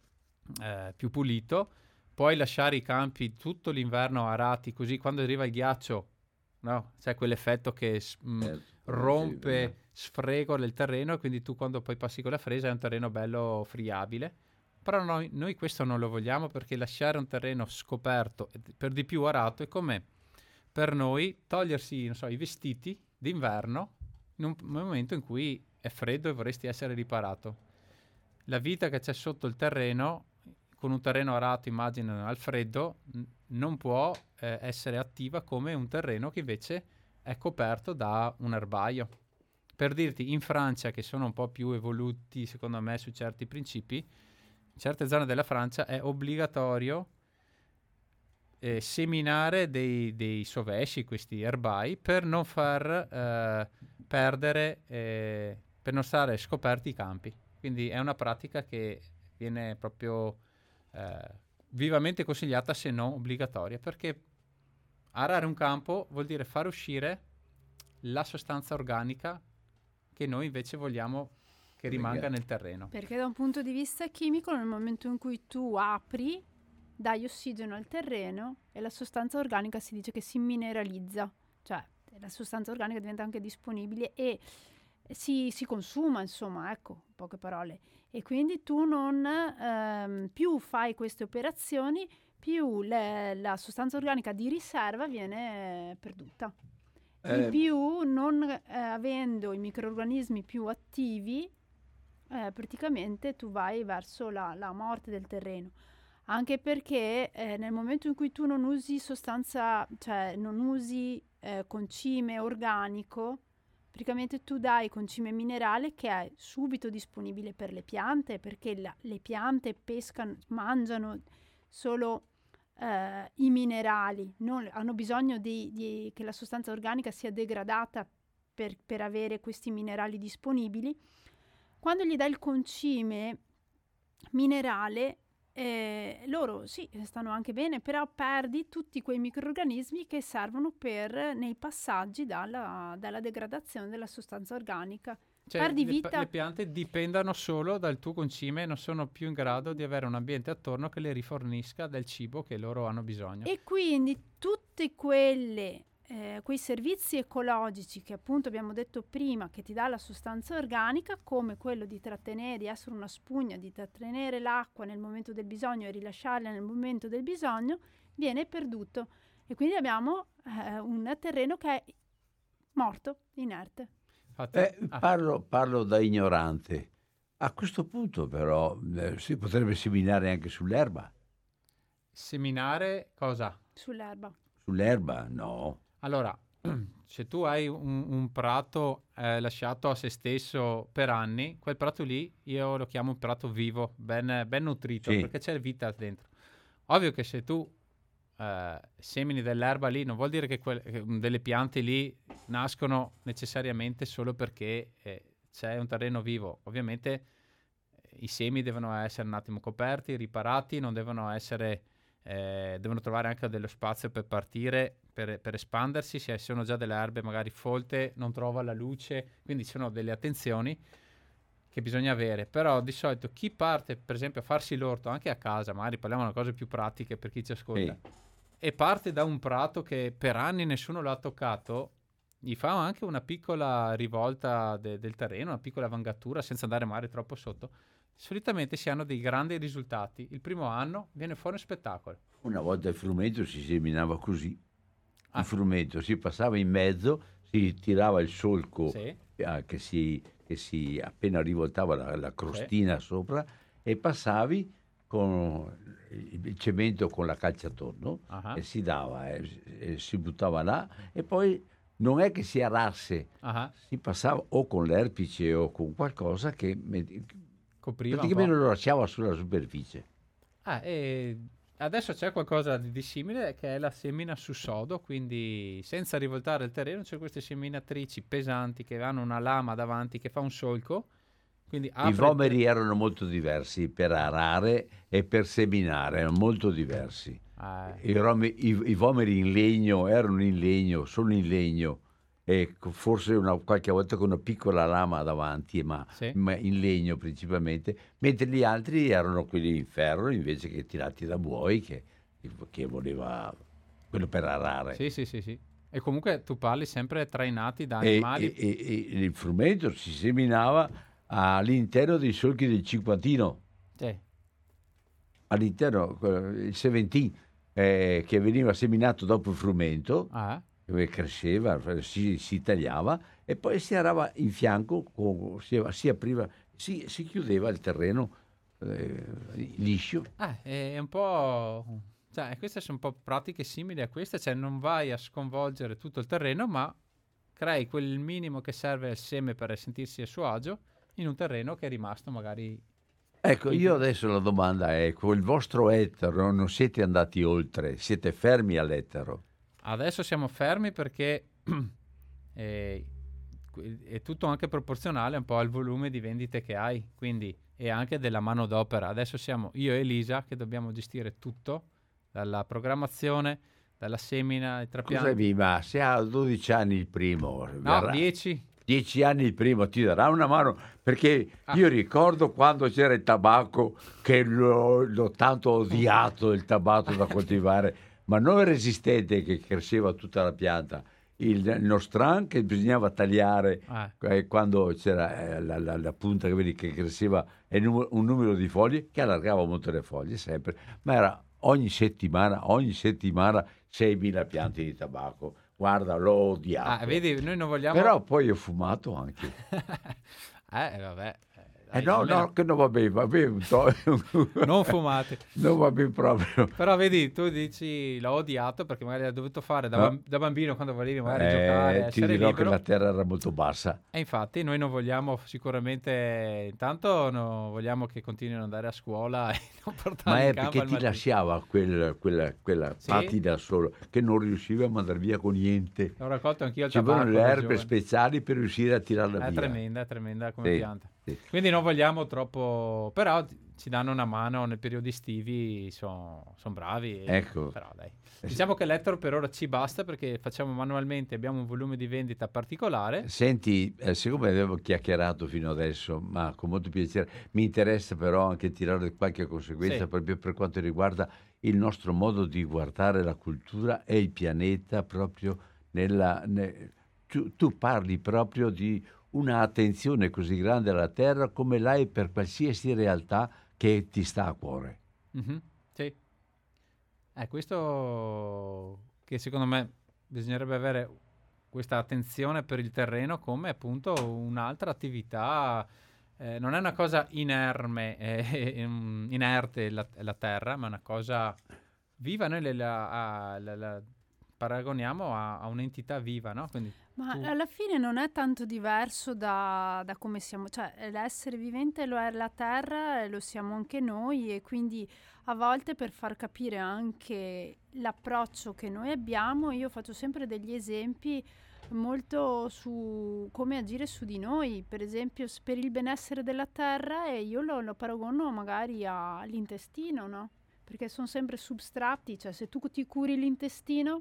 eh, più pulito. Puoi lasciare i campi tutto l'inverno arati, così quando arriva il ghiaccio, no? C'è quell'effetto che s- mh, Certo, rompe, sfregola il terreno, e quindi tu quando poi passi con la fresa è un terreno bello friabile. Però noi, noi questo non lo vogliamo, perché lasciare un terreno scoperto, e per di più arato, è come per noi togliersi, non so, i vestiti d'inverno in un momento in cui è freddo e vorresti essere riparato. La vita che c'è sotto il terreno, con un terreno arato, immagino, al freddo, n- non può eh, essere attiva come un terreno che invece è coperto da un erbaio. Per dirti, in Francia, che sono un po' più evoluti, secondo me, su certi principi, in certe zone della Francia è obbligatorio eh, seminare dei, dei sovesci, questi erbai, per non far eh, perdere, eh, per non stare scoperti i campi. Quindi è una pratica che viene proprio eh, vivamente consigliata, se non obbligatoria, perché arare un campo vuol dire far uscire la sostanza organica che noi invece vogliamo che rimanga nel terreno. Perché da un punto di vista chimico, nel momento in cui tu apri, dai ossigeno al terreno e la sostanza organica si dice che si mineralizza, cioè la sostanza organica diventa anche disponibile e si, si consuma, insomma, ecco, in poche parole. E quindi tu non ehm, più fai queste operazioni, più le- la sostanza organica di riserva viene eh, perduta. Eh, In più, non eh, avendo i microrganismi più attivi, eh, praticamente tu vai verso la, la morte del terreno. Anche perché eh, nel momento in cui tu non usi sostanza, cioè non usi eh, concime organico, praticamente tu dai concime minerale che è subito disponibile per le piante, perché la- le piante pescano, mangiano solo eh, i minerali, non, hanno bisogno di, di, che la sostanza organica sia degradata per, per avere questi minerali disponibili. Quando gli dai il concime minerale, eh, loro sì, stanno anche bene, però perdi tutti quei microrganismi che servono per, nei passaggi dalla, dalla degradazione della sostanza organica. Cioè, perdi le, vita. le piante dipendono solo dal tuo concime e non sono più in grado di avere un ambiente attorno che le rifornisca del cibo che loro hanno bisogno. E quindi tutti quelle, eh, quei servizi ecologici che appunto abbiamo detto prima, che ti dà la sostanza organica, come quello di trattenere, di essere una spugna, di trattenere l'acqua nel momento del bisogno e rilasciarla nel momento del bisogno, viene perduto. E quindi abbiamo eh, un terreno che è morto, inerte. Eh, parlo, parlo da ignorante. A questo punto però eh, si potrebbe seminare anche sull'erba. Seminare cosa? Sull'erba. Sull'erba? No. Allora, se tu hai un, un prato eh, lasciato a se stesso per anni, quel prato lì io lo chiamo un prato vivo, ben, ben nutrito, Sì. perché c'è vita dentro. Ovvio che se tu Uh, semini dell'erba lì, non vuol dire che, que- che delle piante lì nascono necessariamente solo perché eh, c'è un terreno vivo. Ovviamente eh, i semi devono essere un attimo coperti, riparati, non devono essere, eh, devono trovare anche dello spazio per partire, per, per espandersi. Se sono già delle erbe magari folte, non trova la luce, quindi ci sono delle attenzioni che bisogna avere. Però di solito chi parte per esempio a farsi l'orto anche a casa, magari parliamo di cose più pratiche per chi ci ascolta, Sì. e parte da un prato che per anni nessuno lo ha toccato, gli fa anche una piccola rivolta de- del terreno, una piccola vangatura senza andare magari troppo sotto, solitamente si hanno dei grandi risultati. Il primo anno viene fuori un spettacolo. Una volta il frumento si seminava così. Ah. Il frumento si passava in mezzo, si tirava il solco Sì. eh, che, si, che si appena rivoltava la, la crostina sopra, e passavi con il cemento con la calce attorno Ah. e si dava, eh, e si buttava là, e poi non è che si arasse, Ah. si passava o con l'erpice o con qualcosa che met- Copriva un praticamente po'. lo lasciava sulla superficie. Ah, e adesso c'è qualcosa di, di simile che è la semina su sodo, quindi senza rivoltare il terreno c'è queste seminatrici pesanti che hanno una lama davanti che fa un solco, quindi I apre il vomeri ter- erano molto diversi per arare e per seminare, erano molto diversi. Ah, I, romi- i- i vomeri in legno erano in legno, solo in legno, e co- forse una, qualche volta con una piccola lama davanti, ma, sì. ma in legno principalmente, mentre gli altri erano quelli in ferro invece che tirati da buoi, che, che voleva quello per arare. Sì, sì, sì, sì. E comunque tu parli sempre trainati da E, animali. e- e- e il frumento si seminava all'interno dei solchi del cinquantino, Sì. all'interno eh, il seventeen, eh, che veniva seminato dopo il frumento, Ah, dove cresceva, si, si tagliava e poi si arava in fianco, con- si, si apriva, si, si chiudeva il terreno eh, liscio. ah, è un po'... Cioè, queste sono un po' pratiche simili a queste, cioè non vai a sconvolgere tutto il terreno, ma crei quel minimo che serve al seme per sentirsi a suo agio in un terreno che è rimasto magari... Ecco, io adesso la domanda è, con il vostro ettaro non siete andati oltre, siete fermi all'ettaro? Adesso siamo fermi perché è, è tutto anche proporzionale un po' al volume di vendite che hai, quindi e anche della manodopera. Adesso siamo io e Elisa che dobbiamo gestire tutto, dalla programmazione, dalla semina, ai trapianti. Scusami, ma se ha dodici anni il primo, No, verrà- dieci. dieci anni il primo, ti darà una mano, perché Ah. io ricordo quando c'era il tabacco, che l'ho, l'ho tanto odiato il tabacco da coltivare, ma non il resistente che cresceva tutta la pianta, il, il nostran che bisognava tagliare Ah. eh, quando c'era eh, la, la- la punta che vedi che cresceva, e num- un numero di foglie che allargava molto le foglie sempre, ma era ogni settimana, ogni settimana seimila piante di tabacco. Guarda, l'ho odiato. Ah, vedi, noi non vogliamo... Però poi ho fumato anche. eh, vabbè, eh, Eh no, almeno... no, che non va bene, va bene un to'. Non fumate. Non va bene proprio. Però vedi, tu dici l'ho odiato perché magari l'ha dovuto fare da, no. bamb- da bambino quando volevi magari eh, giocare, ti essere dirò libero. che la terra era molto bassa. E infatti noi non vogliamo sicuramente, intanto no, vogliamo che continuino ad andare a scuola e non portare Ma in è campo perché al ti mattino. lasciava quel, quella, quella Sì? patina solo, che non riusciva a mandare via con niente. Ho raccolto anch'io il Ci tabacco. vogliono le da erbe giovane. speciali per riuscire a tirarla È via. tremenda, è tremenda come Sì, pianta. sì. Quindi non vogliamo troppo, però ci danno una mano nei periodi estivi, sono son bravi. E... Ecco. Però dai. Diciamo che l'ettaro per ora ci basta perché facciamo manualmente, abbiamo un volume di vendita particolare. Senti, eh, siccome avevo chiacchierato fino adesso, ma con molto piacere, mi interessa però anche tirare qualche conseguenza Sì. proprio per quanto riguarda il nostro modo di guardare la cultura e il pianeta proprio nella... ne- tu, tu parli proprio di una attenzione così grande alla Terra come l'hai per qualsiasi realtà che ti sta a cuore. Mhm, sì. È questo che secondo me bisognerebbe avere questa attenzione per il terreno come appunto un'altra attività. Eh, non è una cosa inerme, eh, inerte la, la terra, ma è una cosa viva. Noi le- la, a- la- la paragoniamo a, a un'entità viva, no? Quindi Ma tu- alla fine non è tanto diverso da, da come siamo, cioè l'essere vivente lo è la Terra e lo siamo anche noi, e quindi a volte per far capire anche l'approccio che noi abbiamo, io faccio sempre degli esempi molto su come agire su di noi, per esempio s- per il benessere della Terra, e io lo, lo paragono magari a- all'intestino, no? Perché sono sempre substrati, cioè se tu ti curi l'intestino,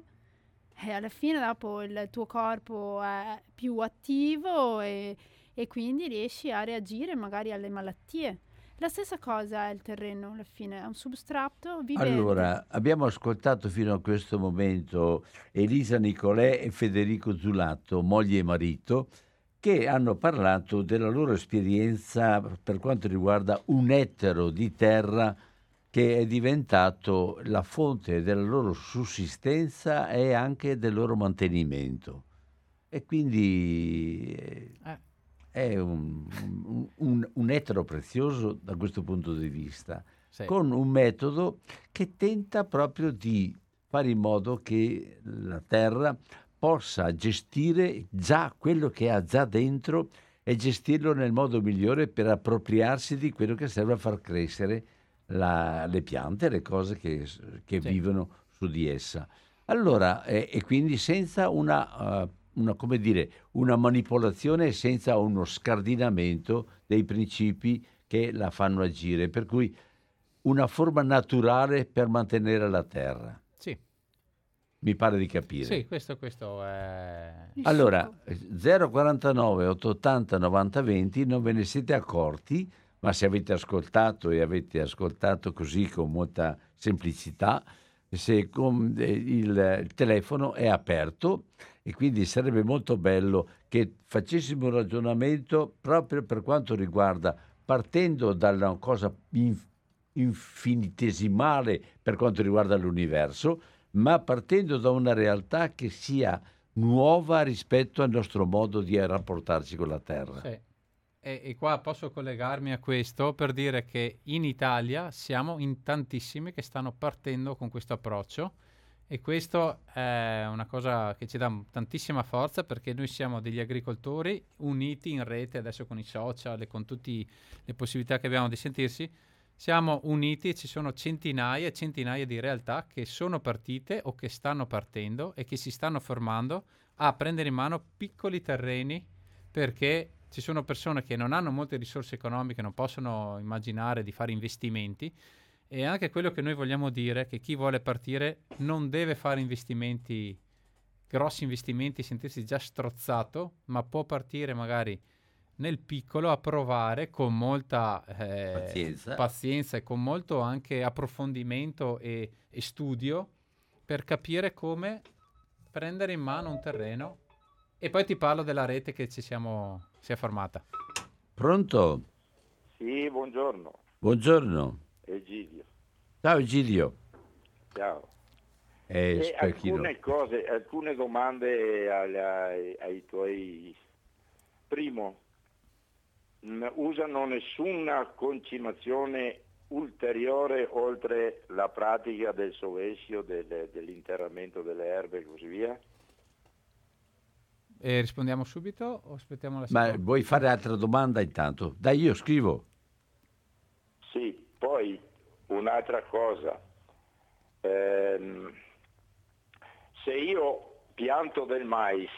e alla fine dopo il tuo corpo è più attivo e, e quindi riesci a reagire magari alle malattie. La stessa cosa è il terreno, alla fine è un substrato vivente. Allora, abbiamo ascoltato fino a questo momento Elisa Nicolè e Federico Zulato, moglie e marito, che hanno parlato della loro esperienza per quanto riguarda un ettaro di terra che è diventato la fonte della loro sussistenza e anche del loro mantenimento. E quindi eh, eh, è un, un, un, un ettaro prezioso da questo punto di vista, sì. con un metodo che tenta proprio di fare in modo che la terra possa gestire già quello che ha già dentro e gestirlo nel modo migliore per appropriarsi di quello che serve a far crescere la- le piante, le cose che, che Sì. vivono su di essa. Allora, eh, e quindi senza una, eh, una, come dire, una manipolazione, senza uno scardinamento dei principi che la fanno agire, per cui una forma naturale per mantenere la terra. Sì, Mi pare di capire. sì, questo, questo è... Il Allora, succo. zero quarantanove ottanta novanta venti, non ve ne siete accorti, ma se avete ascoltato e avete ascoltato così con molta semplicità, se con, eh, il, il telefono è aperto, e quindi sarebbe molto bello che facessimo un ragionamento proprio per quanto riguarda, partendo da una cosa inf- infinitesimale per quanto riguarda l'universo, ma partendo da una realtà che sia nuova rispetto al nostro modo di rapportarci con la Terra. Sì. E, e qua posso collegarmi a questo per dire che in Italia siamo in tantissimi che stanno partendo con questo approccio, e questo è una cosa che ci dà tantissima forza, perché noi siamo degli agricoltori uniti in rete adesso con i social e con tutte le possibilità che abbiamo di sentirsi. Siamo uniti e ci sono centinaia e centinaia di realtà che sono partite o che stanno partendo e che si stanno formando a prendere in mano piccoli terreni, perché ci sono persone che non hanno molte risorse economiche, non possono immaginare di fare investimenti. E anche quello che noi vogliamo dire è che chi vuole partire non deve fare investimenti, grossi investimenti, sentirsi già strozzato, ma può partire magari nel piccolo a provare con molta eh, Pazienza. pazienza e con molto anche approfondimento e, e studio, per capire come prendere in mano un terreno. E poi ti parlo della rete che ci siamo si è formata. Pronto? Sì, buongiorno, Buongiorno. Egidio. Ciao Egidio. Ciao. Eh, E Specchino. alcune cose, alcune domande ai, ai- ai tuoi... Primo, mh, usano nessuna concimazione ulteriore oltre la pratica del sovescio, del, dell'interramento delle erbe e così via? E rispondiamo subito o aspettiamo la Ma seconda? vuoi fare altra domanda intanto? Dai, io scrivo. Sì, poi un'altra cosa. Ehm, se io pianto del mais,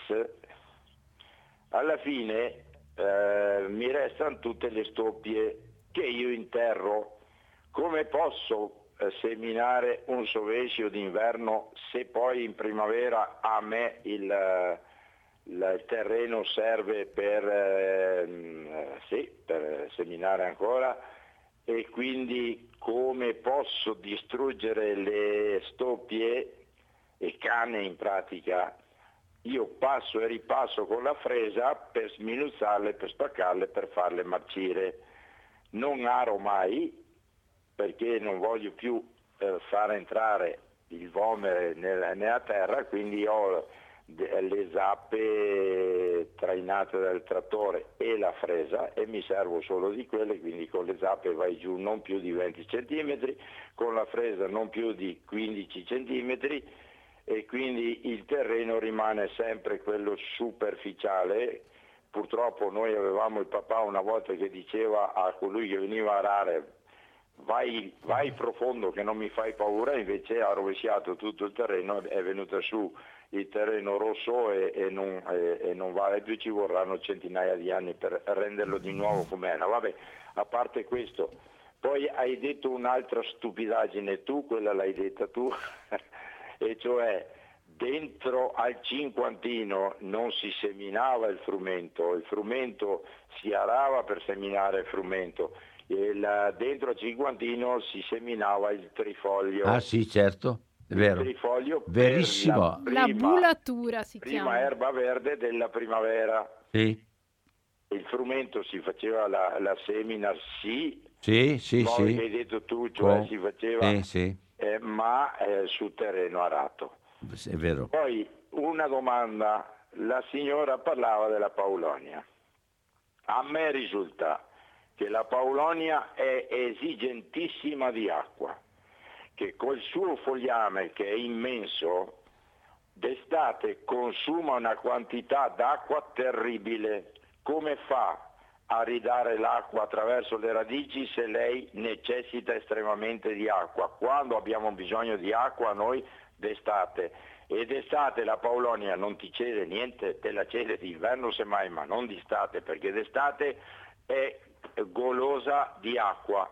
alla fine eh, mi restano tutte le stoppie che io interro. Come posso eh, seminare un sovescio d'inverno se poi in primavera a me il, eh, il terreno serve per, eh, sì, per seminare ancora, e quindi come posso distruggere le stoppie e canne in pratica? Io passo e ripasso con la fresa per sminuzzarle, per spaccarle, per farle marcire. Non aro mai, perché non voglio più eh, far entrare il vomere nella, nella terra, quindi ho de- le zappe trainate dal trattore e la fresa e mi servo solo di quelle, quindi con le zappe vai giù non più di venti centimetri, con la fresa non più di quindici centimetri, e quindi il terreno rimane sempre quello superficiale. Purtroppo noi avevamo il papà una volta che diceva a colui che veniva a arare: vai, vai profondo che non mi fai paura, invece ha rovesciato tutto il terreno, è venuto su il terreno rosso e, e, non, e, e non vale più, ci vorranno centinaia di anni per renderlo di nuovo come era. Vabbè, a parte questo, poi hai detto un'altra stupidaggine tu, quella l'hai detta tu, e cioè dentro al cinquantino non si seminava il frumento, il frumento si arava per seminare il frumento. Il, dentro al cinquantino si seminava il trifoglio. Ah sì, certo, è il vero. trifoglio Verissimo. per la La prima, bulatura si prima chiama. erba verde della primavera. Sì, Il frumento si faceva la, la semina, sì, sì, sì, come sì. hai detto tu, cioè Con- si faceva, Sì, sì, eh, ma eh, su terreno arato. è vero. Poi una domanda, la signora parlava della Paulonia. A me risulta che la Paulonia è esigentissima di acqua, che col suo fogliame che è immenso, d'estate consuma una quantità d'acqua terribile. Come fa a ridare l'acqua attraverso le radici se lei necessita estremamente di acqua? Quando abbiamo bisogno di acqua noi d'estate, e d'estate la Paulonia non ti cede niente, te la cede d'inverno semmai, ma non d'estate, perché d'estate è golosa di acqua.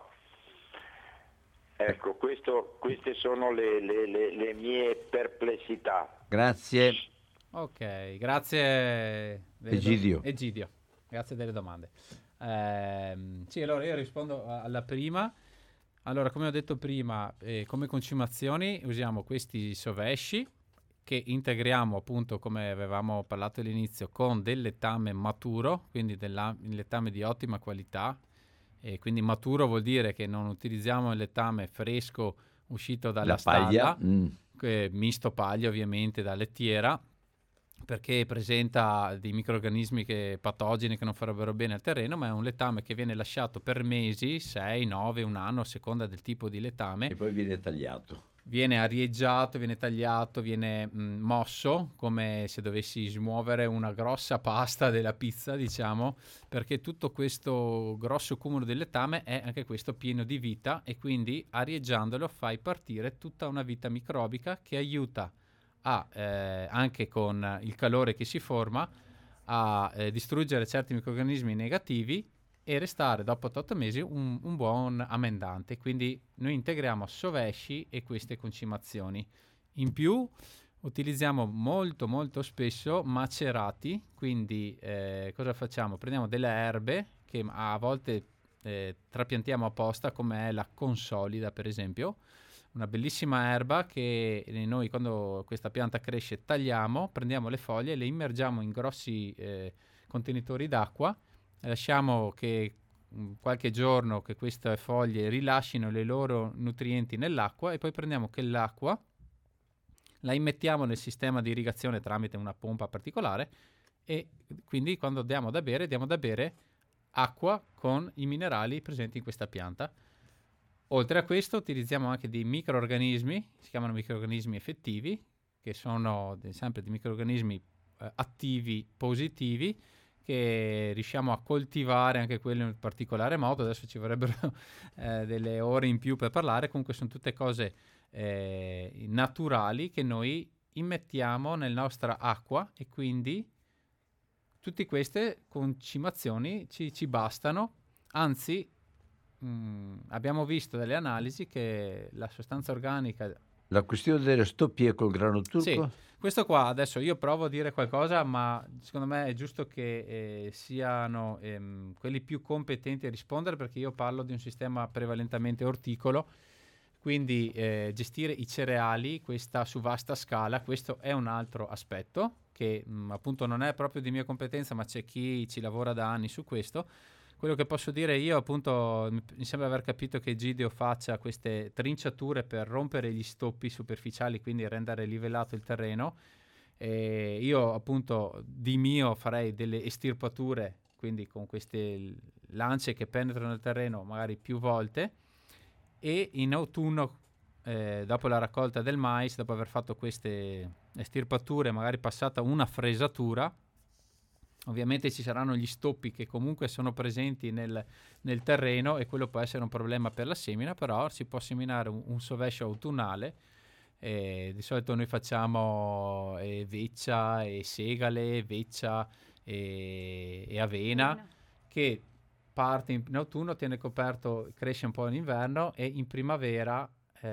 Ecco, questo, queste sono le, le, le, le mie perplessità. Grazie. Ok, grazie delle do- Egidio. Egidio, grazie delle domande. Ehm, sì, allora io rispondo a- alla prima. Allora, come ho detto prima, eh, come concimazioni usiamo questi sovesci che integriamo appunto, come avevamo parlato all'inizio, con del letame maturo, quindi del letame di ottima qualità. E quindi maturo vuol dire che non utilizziamo il letame fresco uscito dalla La paglia. stalla, mm. eh, misto paglia ovviamente da lettiera, perché presenta dei microrganismi che, patogeni che non farebbero bene al terreno, ma è un letame che viene lasciato per mesi, sei, nove, un anno, a seconda del tipo di letame. E poi viene tagliato. Viene arieggiato, viene tagliato, viene mh, mosso, come se dovessi smuovere una grossa pasta della pizza, diciamo, perché tutto questo grosso cumulo del letame è anche questo pieno di vita, e quindi arieggiandolo fai partire tutta una vita microbica che aiuta a, eh, anche con il calore che si forma, a eh, distruggere certi microrganismi negativi e restare dopo otto mesi un, un buon amendante. Quindi noi integriamo sovesci e queste concimazioni. In più utilizziamo molto molto spesso macerati, quindi eh, cosa facciamo? Prendiamo delle erbe che a volte eh, trapiantiamo apposta, come è la consolida per esempio, una bellissima erba che noi, quando questa pianta cresce, tagliamo, prendiamo le foglie, le immergiamo in grossi eh, contenitori d'acqua, lasciamo che mh, qualche giorno che queste foglie rilascino le loro nutrienti nell'acqua, e poi prendiamo che l'acqua la immettiamo nel sistema di irrigazione tramite una pompa particolare, e quindi quando diamo da bere, diamo da bere acqua con i minerali presenti in questa pianta. Oltre a questo utilizziamo anche dei microrganismi, si chiamano microrganismi effettivi, che sono de- sempre dei microrganismi eh, attivi positivi, che riusciamo a coltivare anche quello in particolare modo. Adesso ci vorrebbero eh, delle ore in più per parlare, comunque sono tutte cose eh, naturali che noi immettiamo nella nostra acqua, e quindi tutte queste concimazioni ci, ci bastano, anzi mh, abbiamo visto dalle analisi che la sostanza organica... La questione delle stoppie col grano turco? Sì, questo qua adesso io provo a dire qualcosa, ma secondo me è giusto che eh, siano ehm, quelli più competenti a rispondere, perché io parlo di un sistema prevalentemente orticolo, quindi eh, gestire i cereali, questa su vasta scala, questo è un altro aspetto che mh, appunto non è proprio di mia competenza, ma c'è chi ci lavora da anni su questo. Quello che posso dire io, appunto, mi, mi sembra aver capito che Egidio faccia queste trinciature per rompere gli stoppi superficiali, quindi rendere livellato il terreno. E io appunto di mio farei delle estirpature, quindi con queste lance che penetrano il terreno magari più volte, e in autunno, eh, dopo la raccolta del mais, dopo aver fatto queste estirpature, magari passata una fresatura, ovviamente ci saranno gli stoppi che comunque sono presenti nel, nel terreno, e quello può essere un problema per la semina, però si può seminare un, un sovescio autunnale. Eh, di solito noi facciamo eh, veccia e segale, veccia e, e avena, Avena. che parte in, in autunno, tiene coperto, cresce un po' in inverno, e in primavera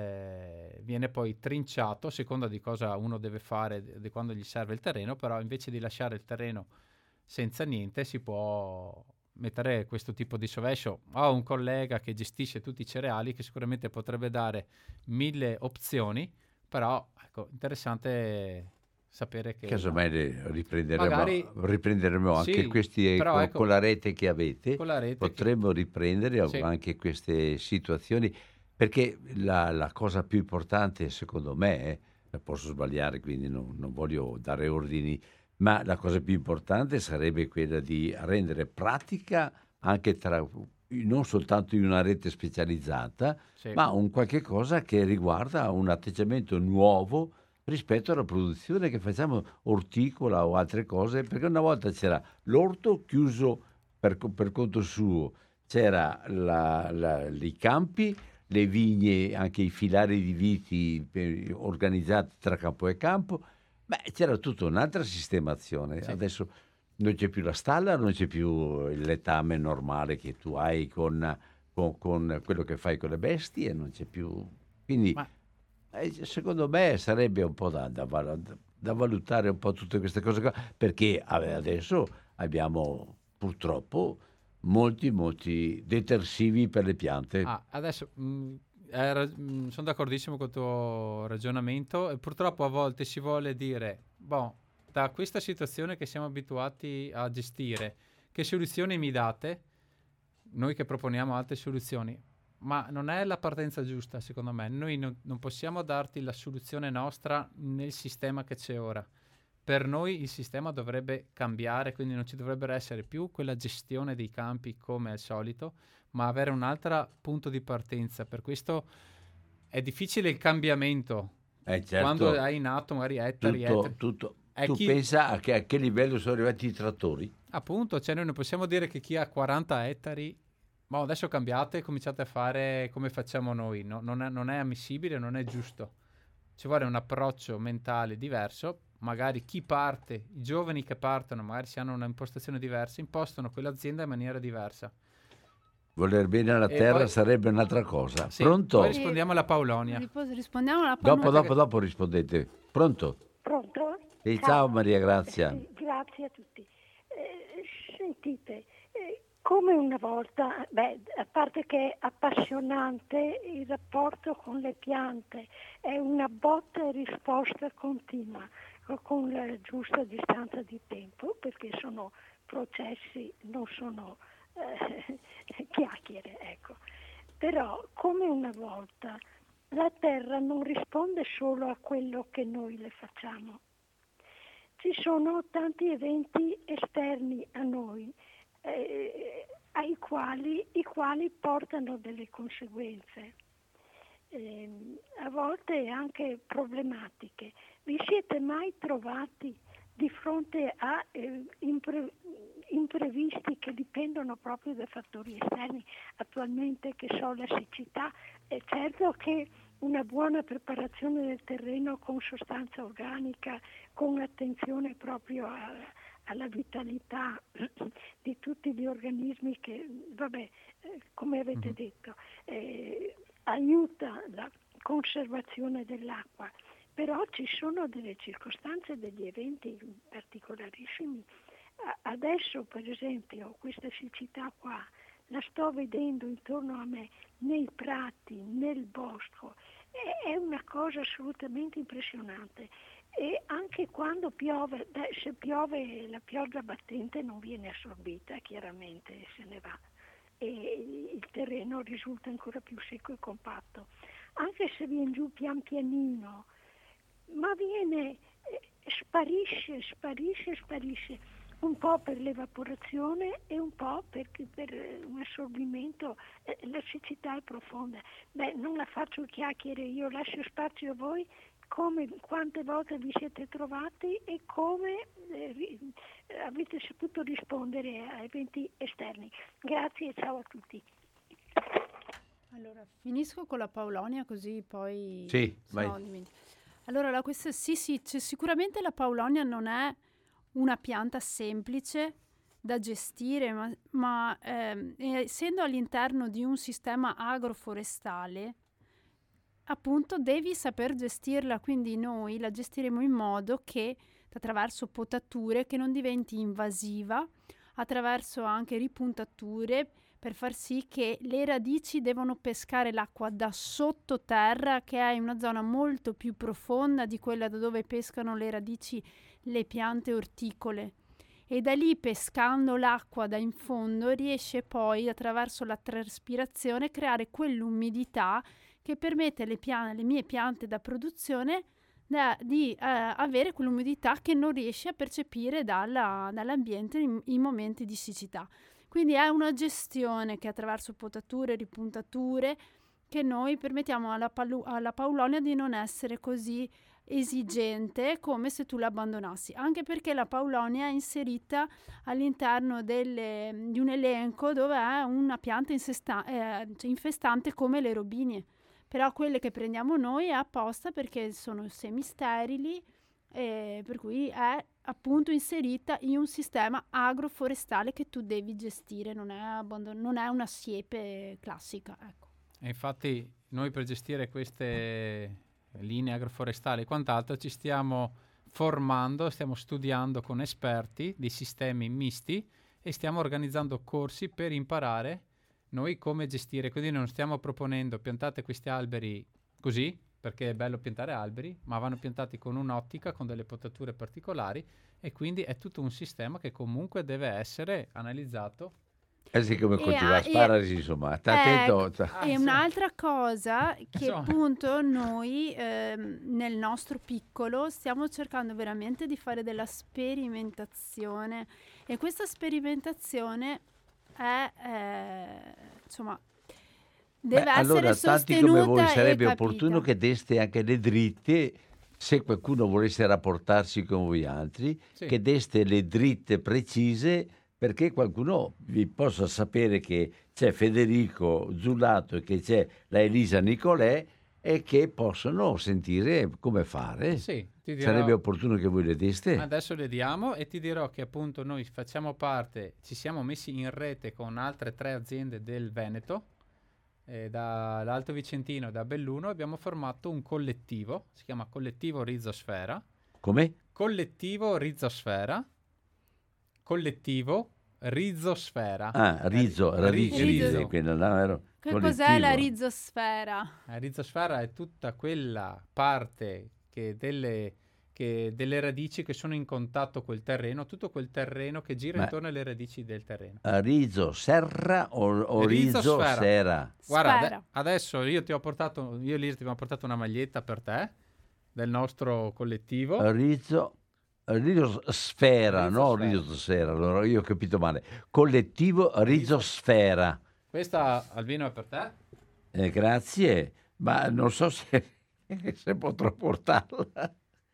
eh, viene poi trinciato, a seconda di cosa uno deve fare, di, di quando gli serve il terreno, però invece di lasciare il terreno senza niente si può mettere questo tipo di sovescio. Ho un collega che gestisce tutti i cereali, che sicuramente potrebbe dare mille opzioni, però ecco, interessante sapere che Casomai le riprenderemo, magari- riprenderemo anche Sì, questi eh, però con, ecco, con la rete che avete, con la rete che- potremmo riprendere Sì. anche queste situazioni, perché la, la cosa più importante secondo me, eh, posso sbagliare quindi non, non voglio dare ordini, ma la cosa più importante sarebbe quella di rendere pratica anche tra, non soltanto in una rete specializzata, sì. ma un qualche cosa che riguarda un atteggiamento nuovo rispetto alla produzione che facciamo orticola o altre cose, perché una volta c'era l'orto chiuso per, co- per conto suo, c'era la- la- i campi, le vigne, anche i filari di viti eh, organizzati tra campo e campo. Beh, c'era tutta un'altra sistemazione. Sì. Adesso non c'è più la stalla, non c'è più il letame normale che tu hai con, con- con quello che fai con le bestie, non c'è più. Quindi, Ma- eh, secondo me, sarebbe un po' da, da val- da valutare un po' tutte queste cose qua, perché eh, adesso abbiamo purtroppo molti, molti detersivi per le piante. Ah, adesso mh, hai ra- mh, sono d'accordissimo col tuo ragionamento, e purtroppo a volte si vuole dire, boh, da questa situazione che siamo abituati a gestire, che soluzioni mi date? Noi che proponiamo altre soluzioni, ma non è la partenza giusta, secondo me. Noi non, non possiamo darti la soluzione nostra nel sistema che c'è ora. Per noi il sistema dovrebbe cambiare, quindi non ci dovrebbe essere più quella gestione dei campi come al solito, ma avere un altro punto di partenza. Per questo è difficile il cambiamento. Eh, certo, Quando hai in atto magari ettari, tutto, ettari. tutto. È Tu chi- pensa a che, a che livello sono arrivati i trattori? Appunto, cioè noi non possiamo dire che chi ha quaranta ettari, ma adesso cambiate e cominciate a fare come facciamo noi. No, non, è, non è ammissibile, non è giusto. Ci vuole un approccio mentale diverso. Magari chi parte, i giovani che partono, magari si hanno una impostazione diversa, impostano quell'azienda in maniera diversa. Voler bene alla E terra poi- sarebbe un'altra cosa. Sì, Pronto? poi rispondiamo alla Paolonia. Ripo- rispondiamo alla Dopo, Paolonia. dopo, dopo rispondete. Pronto? Pronto? Sì, ciao Maria Grazia. Sì, grazie a tutti. Eh, sentite, eh, come una volta, beh, a parte che è appassionante il rapporto con le piante, è una botta e risposta continua, co- con la giusta distanza di tempo, perché sono processi, non sono eh, chiacchiere, ecco. Però, come una volta, la Terra non risponde solo a quello che noi le facciamo. Ci sono tanti eventi esterni a noi, eh, a quali, i quali portano delle conseguenze, eh, a volte anche problematiche. Vi siete mai trovati di fronte a eh, impre- imprevisti che dipendono proprio da fattori esterni, attualmente che so la siccità? È certo che una buona preparazione del terreno con sostanza organica, con attenzione proprio a, alla vitalità di tutti gli organismi che, vabbè, eh, come avete mm-hmm. detto, eh, aiuta la conservazione dell'acqua. Però ci sono delle circostanze, degli eventi particolarissimi. Adesso, per esempio, questa siccità qua la sto vedendo intorno a me, nei prati, nel bosco. È una cosa assolutamente impressionante. E anche quando piove, beh, se piove la pioggia battente non viene assorbita, chiaramente se ne va. E il terreno risulta ancora più secco e compatto. Anche se viene giù pian pianino, ma viene, eh, sparisce, sparisce, sparisce, un po' per l'evaporazione e un po' per, per un assorbimento. Eh, la siccità è profonda. Beh, non la faccio chiacchiere, io lascio spazio a voi, come, quante volte vi siete trovati e come eh, ri, avete saputo rispondere a eventi esterni. Grazie e ciao a tutti. Allora, finisco con la Paulonia così poi... Sì, vai. No, allora, la questa, sì, sì, cioè, sicuramente la Paulonia non è una pianta semplice da gestire, ma, ma ehm, essendo all'interno di un sistema agroforestale, appunto devi saper gestirla, quindi noi la gestiremo in modo che attraverso potature che non diventi invasiva, attraverso anche ripuntature, per far sì che le radici devono pescare l'acqua da sottoterra, che è una zona molto più profonda di quella da dove pescano le radici le piante orticole. E da lì, pescando l'acqua da in fondo, riesce poi attraverso la traspirazione a creare quell'umidità che permette alle, piante, alle mie piante da produzione da, di eh, avere quell'umidità che non riesce a percepire dalla, dall'ambiente in, in momenti di siccità. Quindi è una gestione che attraverso potature e ripuntature che noi permettiamo alla, palu- alla Paulonia di non essere così esigente come se tu l'abbandonassi, anche perché la Paulonia è inserita all'interno delle, di un elenco dove è una pianta insesta- eh, cioè infestante come le robinie, però quelle che prendiamo noi è apposta perché sono semisterili, e per cui è appunto inserita in un sistema agroforestale che tu devi gestire, non è, abbandon- non è una siepe classica, ecco. E infatti noi per gestire queste linee agroforestali e quant'altro ci stiamo formando, stiamo studiando con esperti di sistemi misti e stiamo organizzando corsi per imparare noi come gestire. Quindi non stiamo proponendo piantate questi alberi così, perché è bello piantare alberi, ma vanno piantati con un'ottica, con delle potature particolari, e quindi è tutto un sistema che comunque deve essere analizzato. Eh sì, come coltivare asparagi, insomma, sta attento. Eh, e un'altra cosa che appunto noi ehm, nel nostro piccolo stiamo cercando veramente di fare della sperimentazione, e questa sperimentazione è eh, insomma deve Beh, essere allora, sostenuta. Tanti come voi sarebbe e opportuno che deste anche le dritte, se qualcuno volesse rapportarsi con voi altri, sì. che deste le dritte precise, perché qualcuno vi possa sapere che c'è Federico Zulato e che c'è la Elisa Nicolè e che possono sentire come fare. Sì, ti dirò, sarebbe opportuno che voi le deste. Adesso le diamo, e ti dirò che appunto noi facciamo parte, ci siamo messi in rete con altre tre aziende del Veneto, eh, dall'Alto Vicentino e da Belluno. Abbiamo formato un collettivo, si chiama Collettivo Rizosfera. Come? Collettivo Rizosfera. Collettivo Rizosfera. Ah, Rizzo, eh, radici Rizzo. Rizzo. Quella, no, ero Che collettivo. cos'è la rizosfera? La rizosfera è tutta quella parte che delle, che delle radici che sono in contatto col terreno, tutto quel terreno che gira Ma- intorno alle radici del terreno. A Rizzo Serra o, o Rizzo Rizosfera. Sera? Guarda, Sfera. ade- adesso io ti ho portato, io lì ti abbiamo portato una maglietta per te del nostro collettivo. A Rizzo Rizosfera, no Rizosfera. Rizosfera, allora io ho capito male. Collettivo Rizosfera. Questa, Albino, è per te? Eh, grazie, ma non so se, se potrò portarla.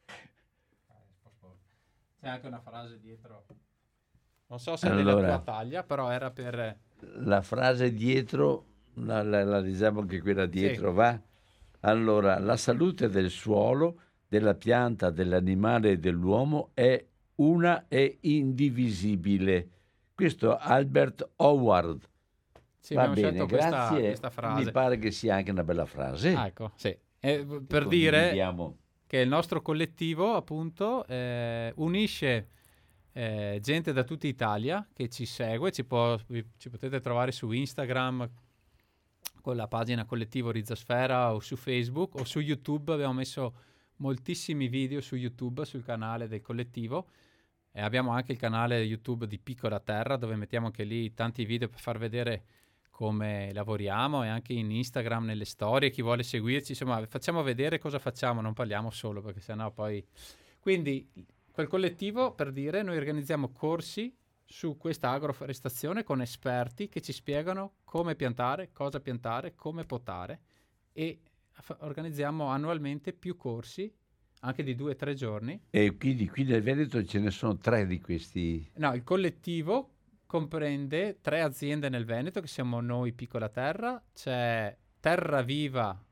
C'è anche una frase dietro. Non so se è Allora. della tua taglia, però era per... La frase dietro, la, la, la diciamo che quella dietro Sì. va. Allora, la salute del suolo, della pianta, dell'animale e dell'uomo è una e indivisibile. Questo Albert Howard. Sì, Va abbiamo bene, scelto questa, grazie. questa frase. Mi pare che sia anche una bella frase. Ah, ecco, sì. E Che per dire condividiamo. che il nostro collettivo, appunto, eh, unisce eh, gente da tutta Italia che ci segue. Ci, può- vi- ci potete trovare su Instagram con la pagina Collettivo Rizosfera o su Facebook o su YouTube. Abbiamo messo moltissimi video su YouTube, sul canale del collettivo. E abbiamo anche il canale YouTube di Piccola Terra, dove mettiamo anche lì tanti video per far vedere come lavoriamo, e anche in Instagram, nelle storie, chi vuole seguirci, insomma, facciamo vedere cosa facciamo, non parliamo solo, perché sennò poi... Quindi, quel collettivo, per dire, noi organizziamo corsi su questa agroforestazione con esperti che ci spiegano come piantare, cosa piantare, come potare, e fa- organizziamo annualmente più corsi, anche di due o tre giorni. E quindi qui nel Veneto ce ne sono tre di questi. No, il collettivo comprende tre aziende nel Veneto, che siamo noi, Piccola Terra. C'è Terra Viva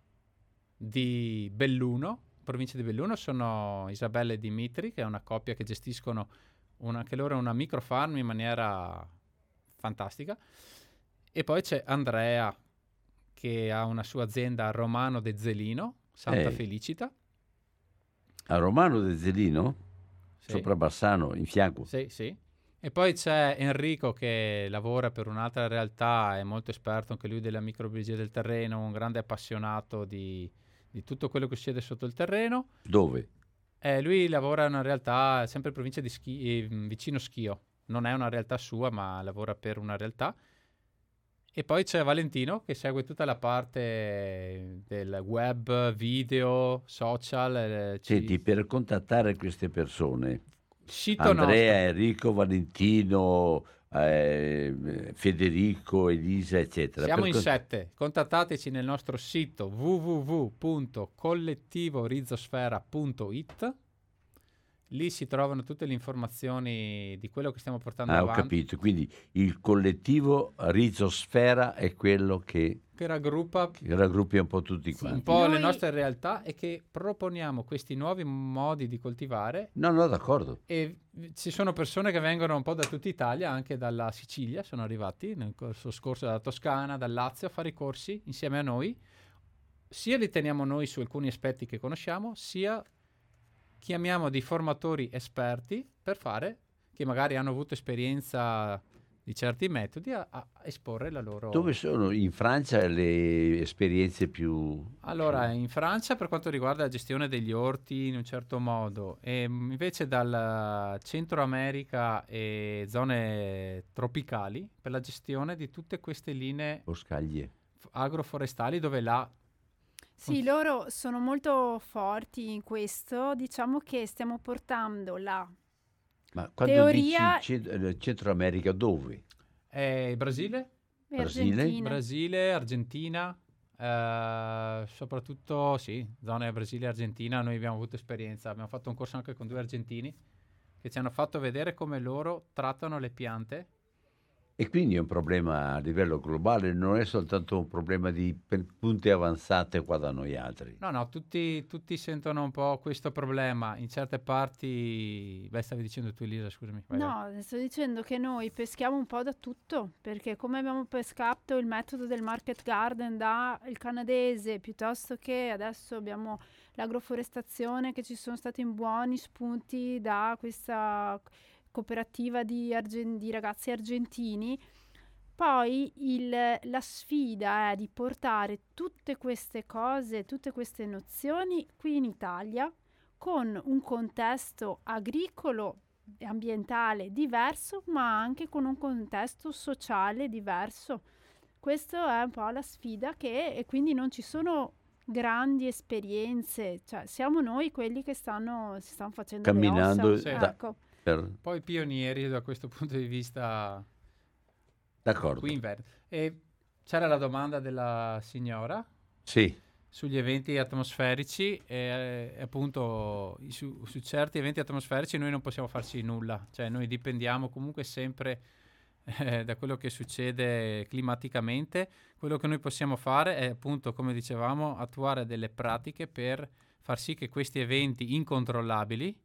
di Belluno, provincia di Belluno, sono Isabella e Dimitri, che è una coppia che gestiscono una, anche loro una microfarm in maniera fantastica. E poi c'è Andrea, che ha una sua azienda a Romano de Zelino, Santa Eh. Felicita. A Romano de Zelino, Sì. sopra Bassano, in fianco. Sì, sì. E poi c'è Enrico, che lavora per un'altra realtà, è molto esperto anche lui della microbiologia del terreno, un grande appassionato di, di tutto quello che succede sotto il terreno. Dove? Eh, lui lavora in una realtà sempre in provincia di Schi- eh, vicino Schio, non è una realtà sua, ma lavora per una realtà. E poi c'è Valentino, che segue tutta la parte del web, video, social. eh, ci- Senti, per contattare queste persone, sito Andrea, nostro. Enrico, Valentino, eh, Federico, Elisa, eccetera. Siamo Per in con- sette. Contattateci nel nostro sito w w w punto collettivorizosfera punto i t. Lì si trovano tutte le informazioni di quello che stiamo portando Ah, ho avanti, capito. Quindi il collettivo Rizosfera è quello che, che raggruppa che raggruppa un po' tutti un quanti. po' le Noi- nostre realtà e che proponiamo questi nuovi modi di coltivare. No, no, d'accordo. E ci sono persone che vengono un po' da tutta Italia, anche dalla Sicilia, sono arrivati nel corso scorso dalla Toscana, dal Lazio, a fare i corsi insieme a noi. Sia li teniamo noi su alcuni aspetti che conosciamo, sia chiamiamo dei formatori esperti per fare, che magari hanno avuto esperienza di certi metodi, a, a esporre la loro... Dove sono in Francia le esperienze più... Allora, in Francia per quanto riguarda la gestione degli orti in un certo modo, e mm, invece dal Centro America e zone tropicali per la gestione di tutte queste linee Boscaglie. f- agroforestali, dove là Sì, loro sono molto forti in questo. Diciamo che stiamo portando la Ma quando Teoria- dici Cent- eh, Centro America, dove? è Brasile, Brasile? Argentina. Brasile, Argentina, eh, soprattutto sì, zone Brasile e Argentina. Noi abbiamo avuto esperienza, abbiamo fatto un corso anche con due argentini che ci hanno fatto vedere come loro trattano le piante. E quindi è un problema a livello globale, non è soltanto un problema di pe- punte avanzate qua da noi altri. No, no, tutti, tutti sentono un po' questo problema in certe parti. Beh, stavi dicendo tu, Elisa, scusami. vai, vai. No, sto dicendo che noi peschiamo un po' da tutto, perché come abbiamo pescato il metodo del market garden da il canadese, piuttosto che adesso abbiamo l'agroforestazione, che ci sono stati buoni spunti da questa cooperativa di, argen- di ragazzi argentini. Poi il- la sfida è di portare tutte queste cose, tutte queste nozioni qui in Italia, con un contesto agricolo e ambientale diverso, ma anche con un contesto sociale diverso. Questa è un po' la sfida, che e quindi non ci sono grandi esperienze, cioè siamo noi quelli che stanno, si stanno facendo camminando le ossa. Sì. da- Ecco. per- Poi pionieri da questo punto di vista d'accordo. qui in Veneto. E c'era la domanda della signora Sì, sugli eventi atmosferici e eh, appunto su, su certi eventi atmosferici noi non possiamo farci nulla, cioè noi dipendiamo comunque sempre eh, da quello che succede climaticamente. Quello che noi possiamo fare è appunto, come dicevamo, attuare delle pratiche per far sì che questi eventi incontrollabili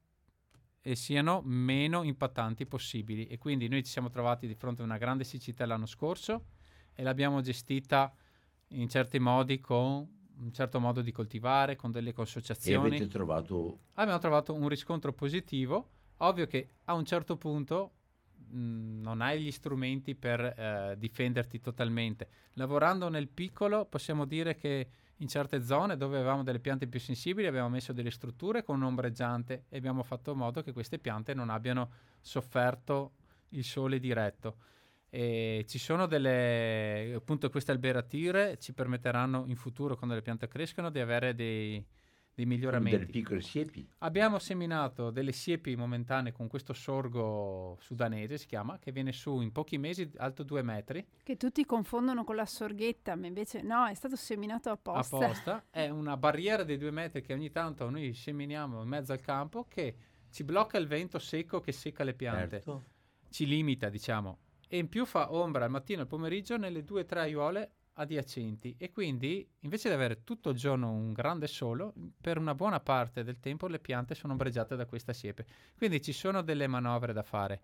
e siano meno impattanti possibili. E quindi noi ci siamo trovati di fronte a una grande siccità l'anno scorso e l'abbiamo gestita in certi modi con un certo modo di coltivare, con delle e consociazioni. avete trovato Abbiamo trovato un riscontro positivo. Ovvio che a un certo punto mh, non hai gli strumenti per eh, difenderti totalmente. Lavorando nel piccolo possiamo dire che in certe zone dove avevamo delle piante più sensibili abbiamo messo delle strutture con un ombreggiante e abbiamo fatto in modo che queste piante non abbiano sofferto il sole diretto. E ci sono delle, appunto queste alberature ci permetteranno in futuro, quando le piante crescono, di avere dei, dei come miglioramenti. delle piccole siepi. Abbiamo seminato delle siepi momentanee con questo sorgo sudanese, si chiama, che viene su in pochi mesi, alto due metri, Che tutti confondono con la sorghetta, ma invece no, è stato seminato apposta. apposta. È una barriera dei due metri che ogni tanto noi seminiamo in mezzo al campo, che ci blocca il vento secco che secca le piante, Certo. ci limita, diciamo, e in più fa ombra al mattino e al pomeriggio nelle due o tre aiuole adiacenti, e quindi invece di avere tutto il giorno un grande sole, per una buona parte del tempo le piante sono ombreggiate da questa siepe. Quindi ci sono delle manovre da fare.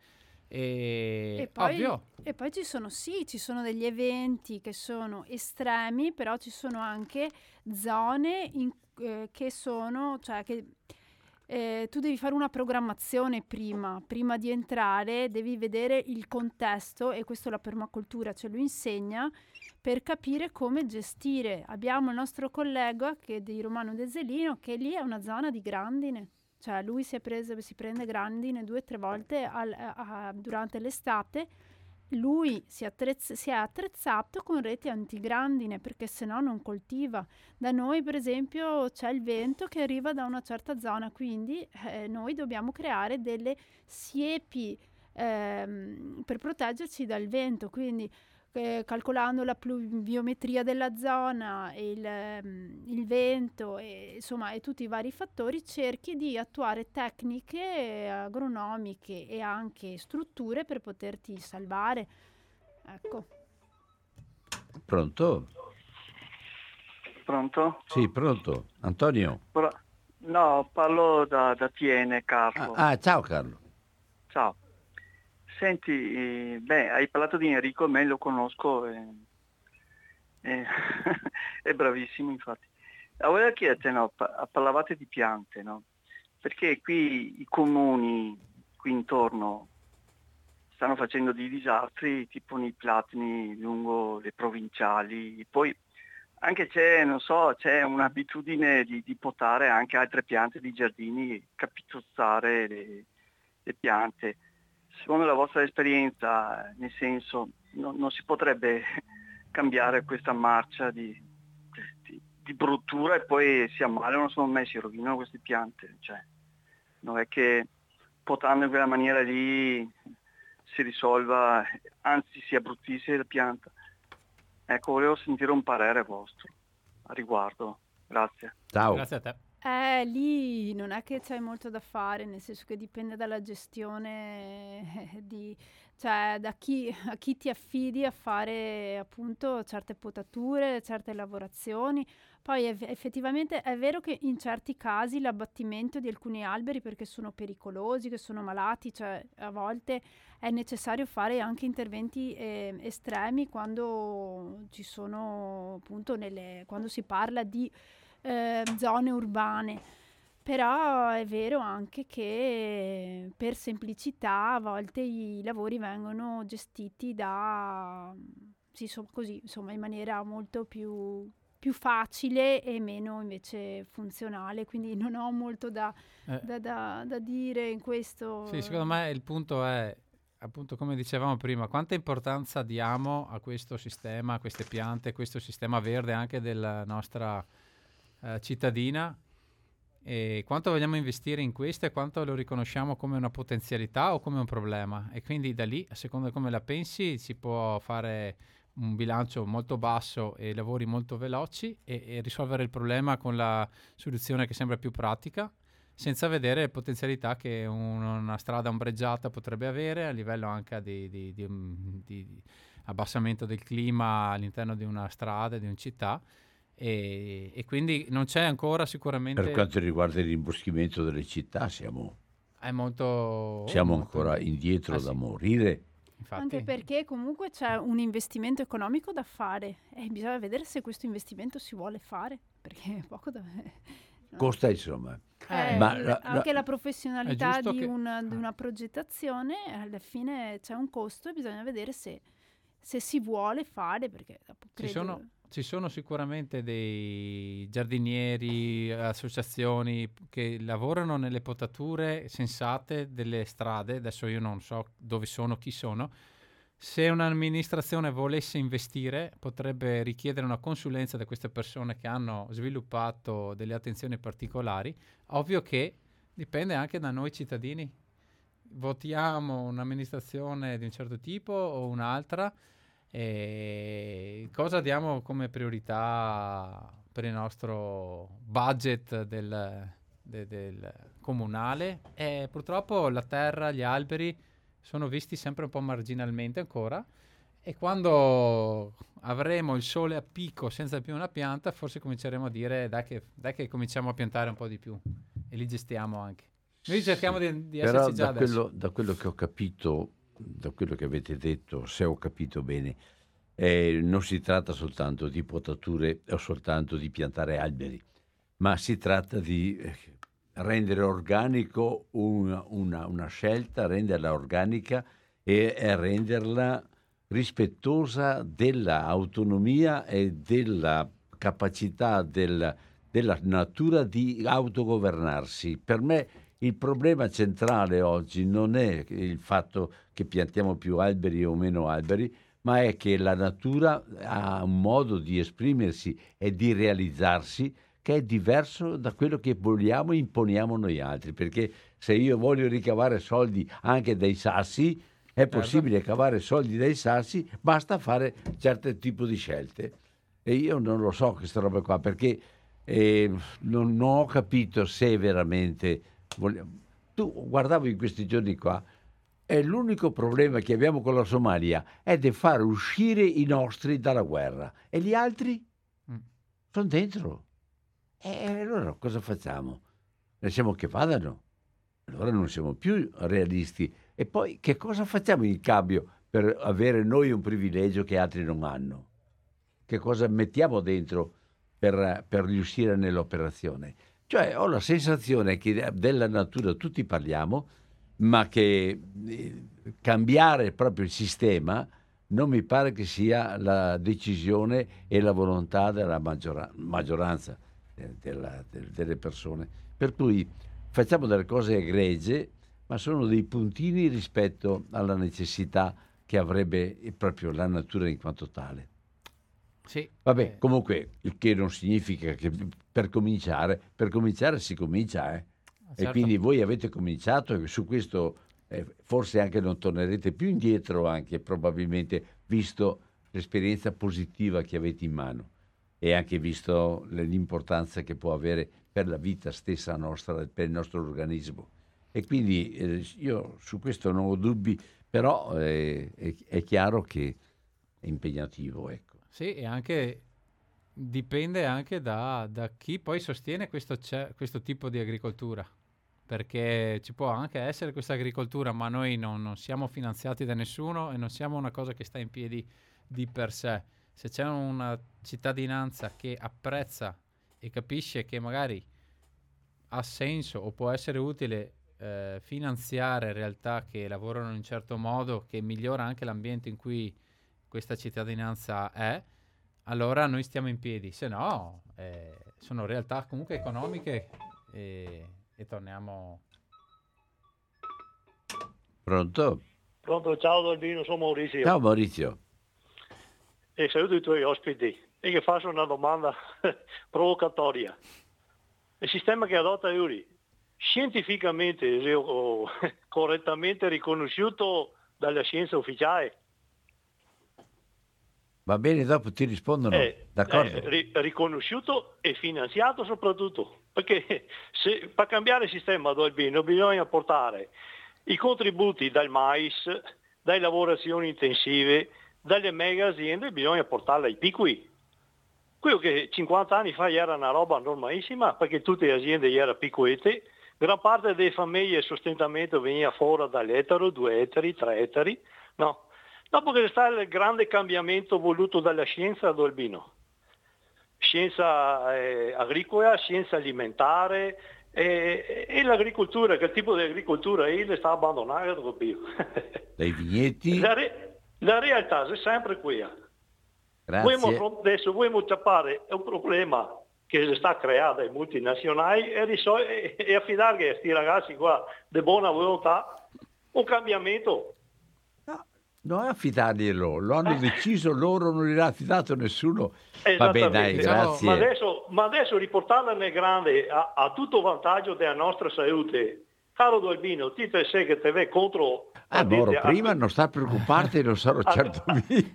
E, E poi, ovvio, e poi ci sono, sì, ci sono degli eventi che sono estremi, però ci sono anche zone in- eh, che sono, cioè che eh, tu devi fare una programmazione prima, prima di entrare, devi vedere il contesto, e questo la permacultura ce lo insegna, per capire come gestire. Abbiamo il nostro collega che è di Romano Deselino, che lì è una zona di grandine. Cioè lui si, è preso, si prende grandine due o tre volte al- a- a- durante l'estate. Lui si, attrezz- si è attrezzato con reti antigrandine, perché sennò non coltiva. Da noi per esempio c'è il vento che arriva da una certa zona, quindi eh, noi dobbiamo creare delle siepi ehm, per proteggerci dal vento, quindi eh, calcolando la pluviometria della zona, il, ehm, il vento e, insomma, e tutti i vari fattori, cerchi di attuare tecniche agronomiche e anche strutture per poterti salvare. Ecco. Pronto? Pronto? Sì, pronto. Antonio? Pro- No, parlo da, da Tiene, Ah, Carlo. ah, ciao Carlo. Ciao. Senti, eh, beh, hai parlato di Enrico, me lo conosco, eh, eh, è bravissimo infatti. Ah, volevo chiederti, no, pa- parlavate di piante, no? Perché qui i comuni qui intorno stanno facendo dei disastri, tipo nei platani lungo le provinciali, poi anche c'è, non so, c'è un'abitudine di, di potare anche altre piante di giardini, capitozzare le, le piante. Secondo la vostra esperienza, nel senso, no- non si potrebbe cambiare questa marcia di, di- di bruttura, e poi si ammalano, secondo me si rovinano queste piante. Cioè, non è che potando in quella maniera lì si risolva, anzi si abbruttisce la pianta. Ecco, volevo sentire un parere vostro a riguardo. Grazie. Ciao. grazie a te. Eh, lì non è che c'è molto da fare, nel senso che dipende dalla gestione eh, di, cioè da chi, a chi ti affidi a fare appunto certe potature, certe lavorazioni. Poi eff- effettivamente è vero che in certi casi l'abbattimento di alcuni alberi perché sono pericolosi, che sono malati, cioè a volte è necessario fare anche interventi eh, estremi quando ci sono appunto nelle, quando si parla di eh, zone urbane. Però è vero anche che per semplicità a volte i lavori vengono gestiti da, sì, insomma, così, insomma, in maniera molto più, più facile e meno invece funzionale, quindi non ho molto da, Eh, da, da, da dire in questo. Sì, secondo me il punto è, appunto, come dicevamo prima, quanta importanza diamo a questo sistema, a queste piante, a questo sistema verde anche della nostra eh, cittadina, e quanto vogliamo investire in questo e quanto lo riconosciamo come una potenzialità o come un problema. E quindi da lì, a seconda di come la pensi, si può fare un bilancio molto basso e lavori molto veloci e, e risolvere il problema con la soluzione che sembra più pratica, senza vedere le potenzialità che un, una strada ombreggiata potrebbe avere a livello anche di, di, di, di, di abbassamento del clima all'interno di una strada, di una città, e, e quindi non c'è ancora sicuramente... Per quanto riguarda il rimboschimento delle città siamo, è molto, siamo molto ancora indietro ah, da sì. morire. Infatti, anche perché comunque c'è un investimento economico da fare e bisogna vedere se questo investimento si vuole fare, perché è poco da... no? Costa insomma. Eh, Ma il- la- anche la- la professionalità giusto di, che- una, di ah. una progettazione, alla fine c'è un costo e bisogna vedere se, se si vuole fare, perché dopo Ci credo... sono, ci sono sicuramente dei giardinieri, associazioni che lavorano nelle potature sensate delle strade. Adesso io non so dove sono, chi sono. Se un'amministrazione volesse investire, potrebbe richiedere una consulenza da queste persone che hanno sviluppato delle attenzioni particolari. Ovvio che dipende anche da noi cittadini. Votiamo un'amministrazione di un certo tipo o un'altra. E cosa diamo come priorità per il nostro budget del, de- del comunale? E purtroppo la terra, gli alberi sono visti sempre un po' marginalmente ancora, e quando avremo il sole a picco senza più una pianta, forse cominceremo a dire dai che, dai che cominciamo a piantare un po' di più e li gestiamo anche. Noi cerchiamo di, di Però esserci già da adesso. quello, da quello che ho capito, da quello che avete detto, se ho capito bene, eh, non si tratta soltanto di potature o soltanto di piantare alberi, ma si tratta di eh, rendere organico una, una- una scelta, renderla organica e, e renderla rispettosa dell'autonomia e della capacità del- della natura di autogovernarsi. Per me il problema centrale oggi non è il fatto che piantiamo più alberi o meno alberi, ma è che la natura ha un modo di esprimersi e di realizzarsi che è diverso da quello che vogliamo e imponiamo noi altri. Perché se io voglio ricavare soldi anche dai sassi, è possibile cavare soldi dai sassi, basta fare certo tipo di scelte. E io non lo so questa roba qua, perché eh, non, non ho capito se veramente... vogliamo- Tu guardavo in questi giorni qua, e l'unico problema che abbiamo con la Somalia è di far uscire i nostri dalla guerra. E gli altri Mm. sono dentro. E allora cosa facciamo? Lasciamo che vadano? Allora non siamo più realisti. E poi che cosa facciamo in cambio per avere noi un privilegio che altri non hanno? Che cosa mettiamo dentro per, per riuscire nell'operazione? Cioè ho la sensazione che della natura tutti parliamo, ma che eh, cambiare proprio il sistema non mi pare che sia la decisione e la volontà della maggiora- maggioranza eh, della- del- delle persone. Per cui facciamo delle cose egregie, ma sono dei puntini rispetto alla necessità che avrebbe proprio la natura in quanto tale. Sì. Vabbè, Eh, comunque, il che non significa che per cominciare, per cominciare si comincia, eh. E certo. quindi voi avete cominciato e su questo eh, forse anche non tornerete più indietro, anche probabilmente, visto l'esperienza positiva che avete in mano e anche visto l- l'importanza che può avere per la vita stessa nostra, per il nostro organismo. E quindi eh, io su questo non ho dubbi, però eh, è, è chiaro che è impegnativo, ecco. Sì, e anche dipende anche da, da chi poi sostiene questo, ce- questo tipo di agricoltura, perché ci può anche essere questa agricoltura, ma noi non, non siamo finanziati da nessuno e non siamo una cosa che sta in piedi di per sé. Se c'è una cittadinanza che apprezza e capisce che magari ha senso o può essere utile eh, finanziare realtà che lavorano in un certo modo, che migliora anche l'ambiente in cui questa cittadinanza è, allora noi stiamo in piedi. Se no, eh, sono realtà comunque economiche e, e torniamo... Pronto? Pronto, ciao Albino, sono Maurizio Ciao Maurizio. e saluto i tuoi ospiti. e che faccio una domanda provocatoria. Il sistema che adotta Euri, scientificamente o correttamente riconosciuto dalla scienza ufficiale? Va bene, dopo ti rispondono. È, D'accordo. è ri- riconosciuto e finanziato soprattutto, perché se, per cambiare il sistema d'Albino bisogna portare i contributi dal mais, dalle lavorazioni intensive, dalle mega aziende, bisogna portarle ai piccoli. Quello che cinquanta anni fa era una roba normalissima, perché tutte le aziende erano piccolette, gran parte delle famiglie il sostentamento veniva fuori dall'etero, due ettari, tre ettari, no. Dopo che c'è stato il grande cambiamento voluto dalla scienza ad Albino, scienza eh, agricola, scienza alimentare e, e l'agricoltura, che tipo di agricoltura è sta abbandonata proprio. Dai vigneti. La, re, la realtà è sempre quella. Grazie. Vogliamo, adesso vogliamo tappare un problema che si sta creando dai multinazionali e, risol- e, e affidare a questi ragazzi qua di buona volontà un cambiamento. Non è affidarglielo, lo hanno deciso loro, non gliel'ha affidato nessuno. Vabbè, dai, Diciamo, grazie. Ma adesso, ma adesso riportarla nel grande a, a tutto vantaggio della nostra salute. Caro Albino, ti te sei che te vai contro... Ah, Moro, prima non sta a preoccuparti, non sarò certo qui,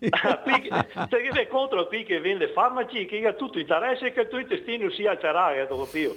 te vai contro qui che vende farmaci, che ha tutto interesse che il tuo intestino sia alterato, capito?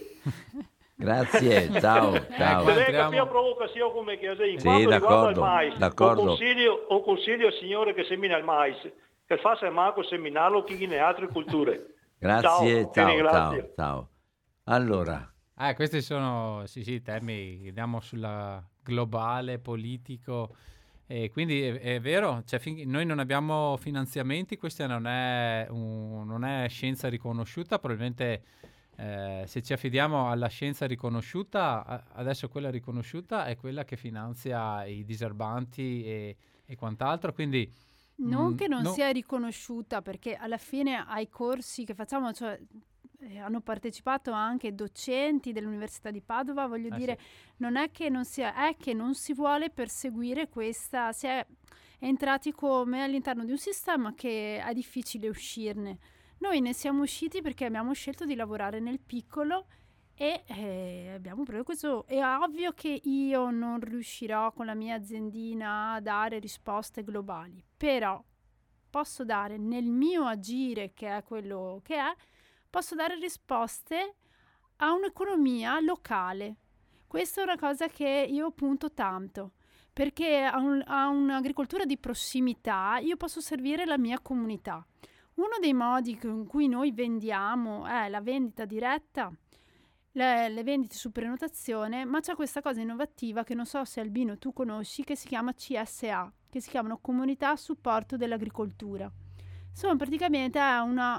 Grazie, ciao, ciao. Se lei capire provocazione come che sei, in sì, quanto riguarda il d'accordo, mais, d'accordo. O, consiglio, o consiglio al signore che semina il mais, che faccia manco seminarlo chi in altre culture. Grazie, ciao, ciao, ciao, ciao. Allora. Ah, questi sono, sì, sì, temi, andiamo sulla globale, politico, e quindi è, è vero, cioè, fin, noi non abbiamo finanziamenti, questa non è, un, non è scienza riconosciuta, probabilmente... Eh, se ci affidiamo alla scienza riconosciuta, adesso quella riconosciuta è quella che finanzia i diserbanti e, e quant'altro, quindi non mh, che non no. sia riconosciuta, perché alla fine ai corsi che facciamo, cioè, eh, hanno partecipato anche docenti dell'Università di Padova, voglio eh dire, sì. non è che non sia, è che non si vuole perseguire questa, si è entrati come all'interno di un sistema che è difficile uscirne. Noi ne siamo usciti perché abbiamo scelto di lavorare nel piccolo e eh, abbiamo proprio questo. È ovvio che io non riuscirò con la mia aziendina a dare risposte globali, però posso dare nel mio agire, che è quello che è, posso dare risposte a un'economia locale. Questa è una cosa che io punto tanto, perché a, un, a un'agricoltura di prossimità io posso servire la mia comunità. Uno dei modi con cui noi vendiamo è la vendita diretta, le, le vendite su prenotazione, ma c'è questa cosa innovativa che non so se Albino tu conosci, che si chiama C S A, che si chiamano Comunità a Supporto dell'Agricoltura. Sono praticamente una...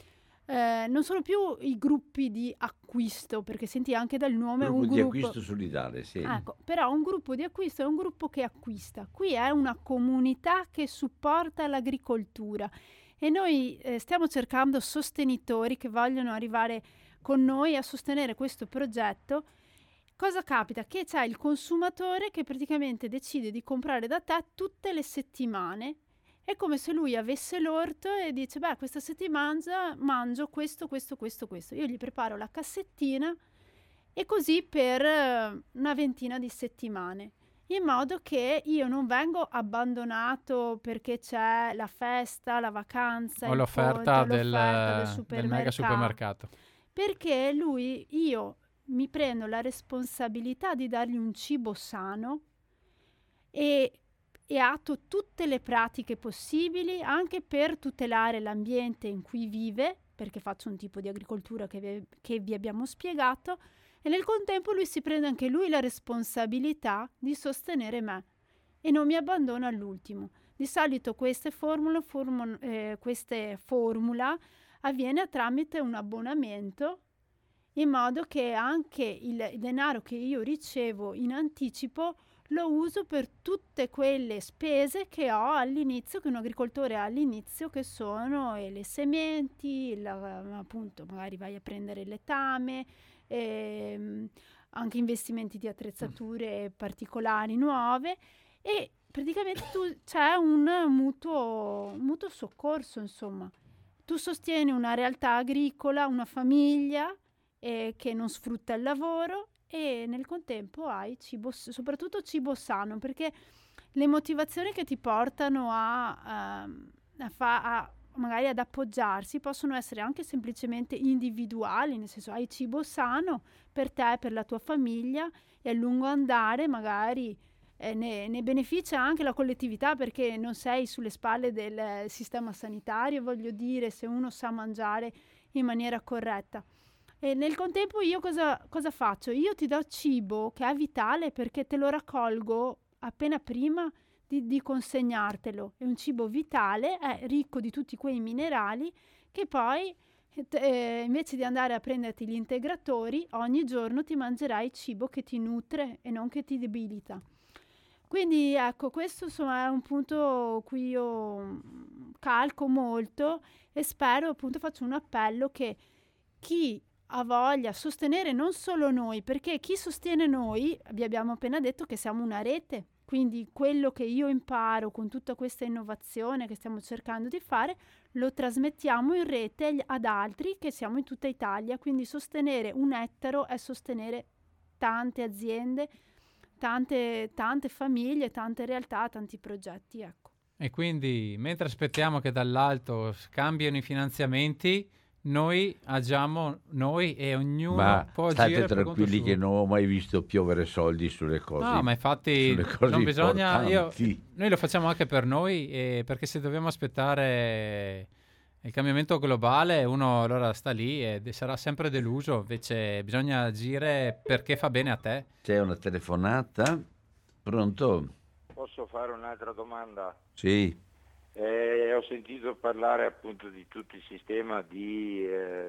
Eh, non sono più i gruppi di acquisto, perché senti anche dal nome gruppo un di gruppo... acquisto solidale, sì. Ecco, però un gruppo di acquisto è un gruppo che acquista. Qui è una comunità che supporta l'agricoltura. E noi eh, stiamo cercando sostenitori che vogliono arrivare con noi a sostenere questo progetto. Cosa capita? Che c'è il consumatore che praticamente decide di comprare da te tutte le settimane. È come se lui avesse l'orto e dice, beh, questa settimana mangio questo, questo, questo, questo. Io gli preparo la cassettina e così per eh, una ventina di settimane, in modo che io non vengo abbandonato perché c'è la festa, la vacanza, o il l'offerta, ponte, del, l'offerta del, del supermercato, mega supermercato. Perché lui, io mi prendo la responsabilità di dargli un cibo sano e, e atto tutte le pratiche possibili anche per tutelare l'ambiente in cui vive, perché faccio un tipo di agricoltura che vi, che vi abbiamo spiegato, e nel contempo lui si prende anche lui la responsabilità di sostenere me e non mi abbandona all'ultimo. Di solito queste formule, formula, eh, queste formula avviene tramite un abbonamento, in modo che anche il, il denaro che io ricevo in anticipo lo uso per tutte quelle spese che ho all'inizio, che un agricoltore ha all'inizio, che sono eh, le sementi, la, appunto magari vai a prendere il letame, ehm, anche investimenti di attrezzature particolari nuove, e praticamente tu, c'è un mutuo, mutuo soccorso, insomma. tu sostieni una realtà agricola, una famiglia eh, che non sfrutta il lavoro e nel contempo hai cibo, soprattutto cibo sano, perché le motivazioni che ti portano a, a, a, fa, a magari ad appoggiarsi possono essere anche semplicemente individuali, nel senso hai cibo sano per te, per la tua famiglia e a lungo andare magari eh, ne, ne beneficia anche la collettività perché non sei sulle spalle del sistema sanitario, voglio dire, se uno sa mangiare in maniera corretta. E nel contempo io cosa, cosa faccio? Io ti do cibo che è vitale perché te lo raccolgo appena prima di, di consegnartelo. È un cibo vitale, è ricco di tutti quei minerali che poi eh, invece di andare a prenderti gli integratori ogni giorno ti mangerai cibo che ti nutre e non che ti debilita. Quindi ecco, questo insomma è un punto cui io calco molto e spero, appunto faccio un appello che chi ha voglia sostenere non solo noi, perché chi sostiene noi, vi abbiamo appena detto che siamo una rete, quindi quello che io imparo con tutta questa innovazione che stiamo cercando di fare, lo trasmettiamo in rete ad altri che siamo in tutta Italia, quindi sostenere un ettaro è sostenere tante aziende, tante, tante famiglie, tante realtà, tanti progetti, ecco. E quindi mentre aspettiamo che dall'alto cambiano i finanziamenti, noi agiamo noi e ognuno ma può agire state tranquilli che non ho mai visto piovere soldi sulle cose. No, ma infatti non bisogna, io, noi lo facciamo anche per noi e perché se dobbiamo aspettare il cambiamento globale uno allora sta lì e sarà sempre deluso, invece bisogna agire perché fa bene a te. C'è una telefonata? Pronto? Posso fare un'altra domanda? Sì. Eh, ho sentito parlare appunto di tutto il sistema di, eh,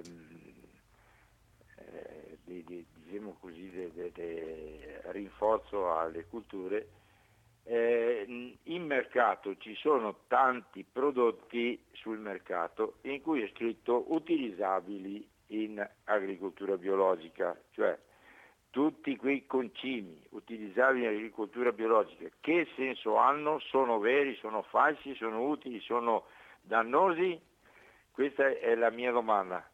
eh, di, di diciamo così, de, de, de rinforzo alle culture. Eh, in mercato ci sono tanti prodotti sul mercato in cui è scritto utilizzabili in agricoltura biologica, cioè tutti quei concimi utilizzabili in agricoltura biologica, che senso hanno? Sono veri, sono falsi, sono utili, sono dannosi? Questa è la mia domanda.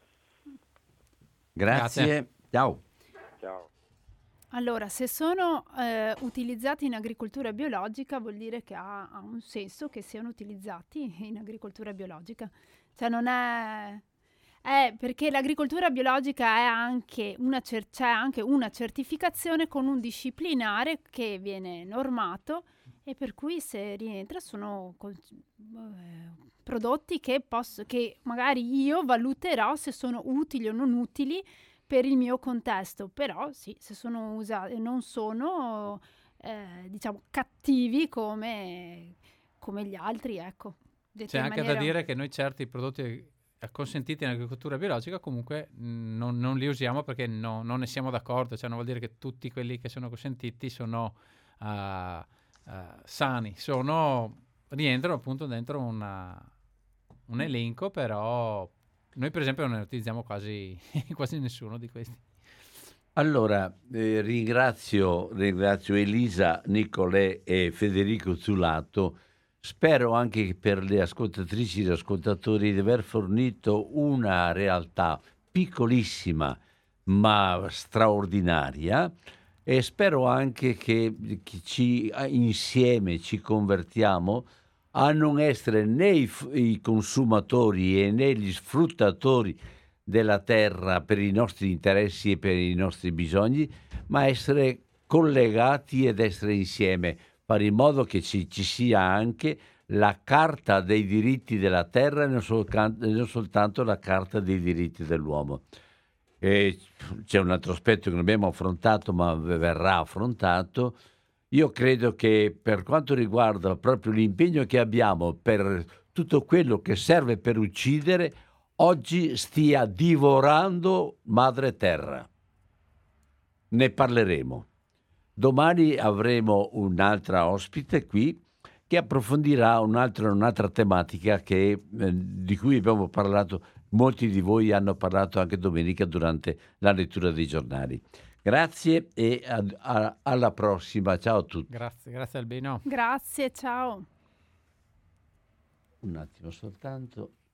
Grazie. Grazie. Ciao. Ciao. Allora, se sono eh, utilizzati in agricoltura biologica vuol dire che ha, ha un senso che siano utilizzati in agricoltura biologica. Cioè non è... È perché l'agricoltura biologica è anche una cer- c'è anche una certificazione con un disciplinare che viene normato e per cui se rientra sono con- eh, prodotti che, posso, che magari io valuterò se sono utili o non utili per il mio contesto, però sì, se sono usati non sono eh, diciamo cattivi come, come gli altri, ecco. C'è anche maniera... da dire che noi certi prodotti consentiti in agricoltura biologica comunque mh, non, non li usiamo perché no, non ne siamo d'accordo, cioè non vuol dire che tutti quelli che sono consentiti sono uh, uh, sani, sono rientrano appunto dentro una, un elenco, però noi per esempio non ne utilizziamo quasi, quasi nessuno di questi. Allora eh, ringrazio, ringrazio Elisa, Nicolè e Federico Zulato. Spero anche per le ascoltatrici e gli ascoltatori di aver fornito una realtà piccolissima ma straordinaria e spero anche che ci, insieme ci convertiamo a non essere né i, i consumatori e né gli sfruttatori della terra per i nostri interessi e per i nostri bisogni, ma essere collegati ed essere insieme, fare in modo che ci, ci sia anche la carta dei diritti della terra e non, solca- non soltanto la carta dei diritti dell'uomo. E c'è un altro aspetto che non abbiamo affrontato ma verrà affrontato. Io credo che per quanto riguarda proprio l'impegno che abbiamo per tutto quello che serve per uccidere, oggi stia divorando madre terra. Ne parleremo. Domani avremo un'altra ospite qui che approfondirà un'altra, un'altra tematica che, eh, di cui abbiamo parlato, molti di voi hanno parlato anche domenica durante la lettura dei giornali. Grazie e a, a, alla prossima. Ciao a tutti. Grazie, grazie Albino. Grazie, ciao. Un attimo soltanto.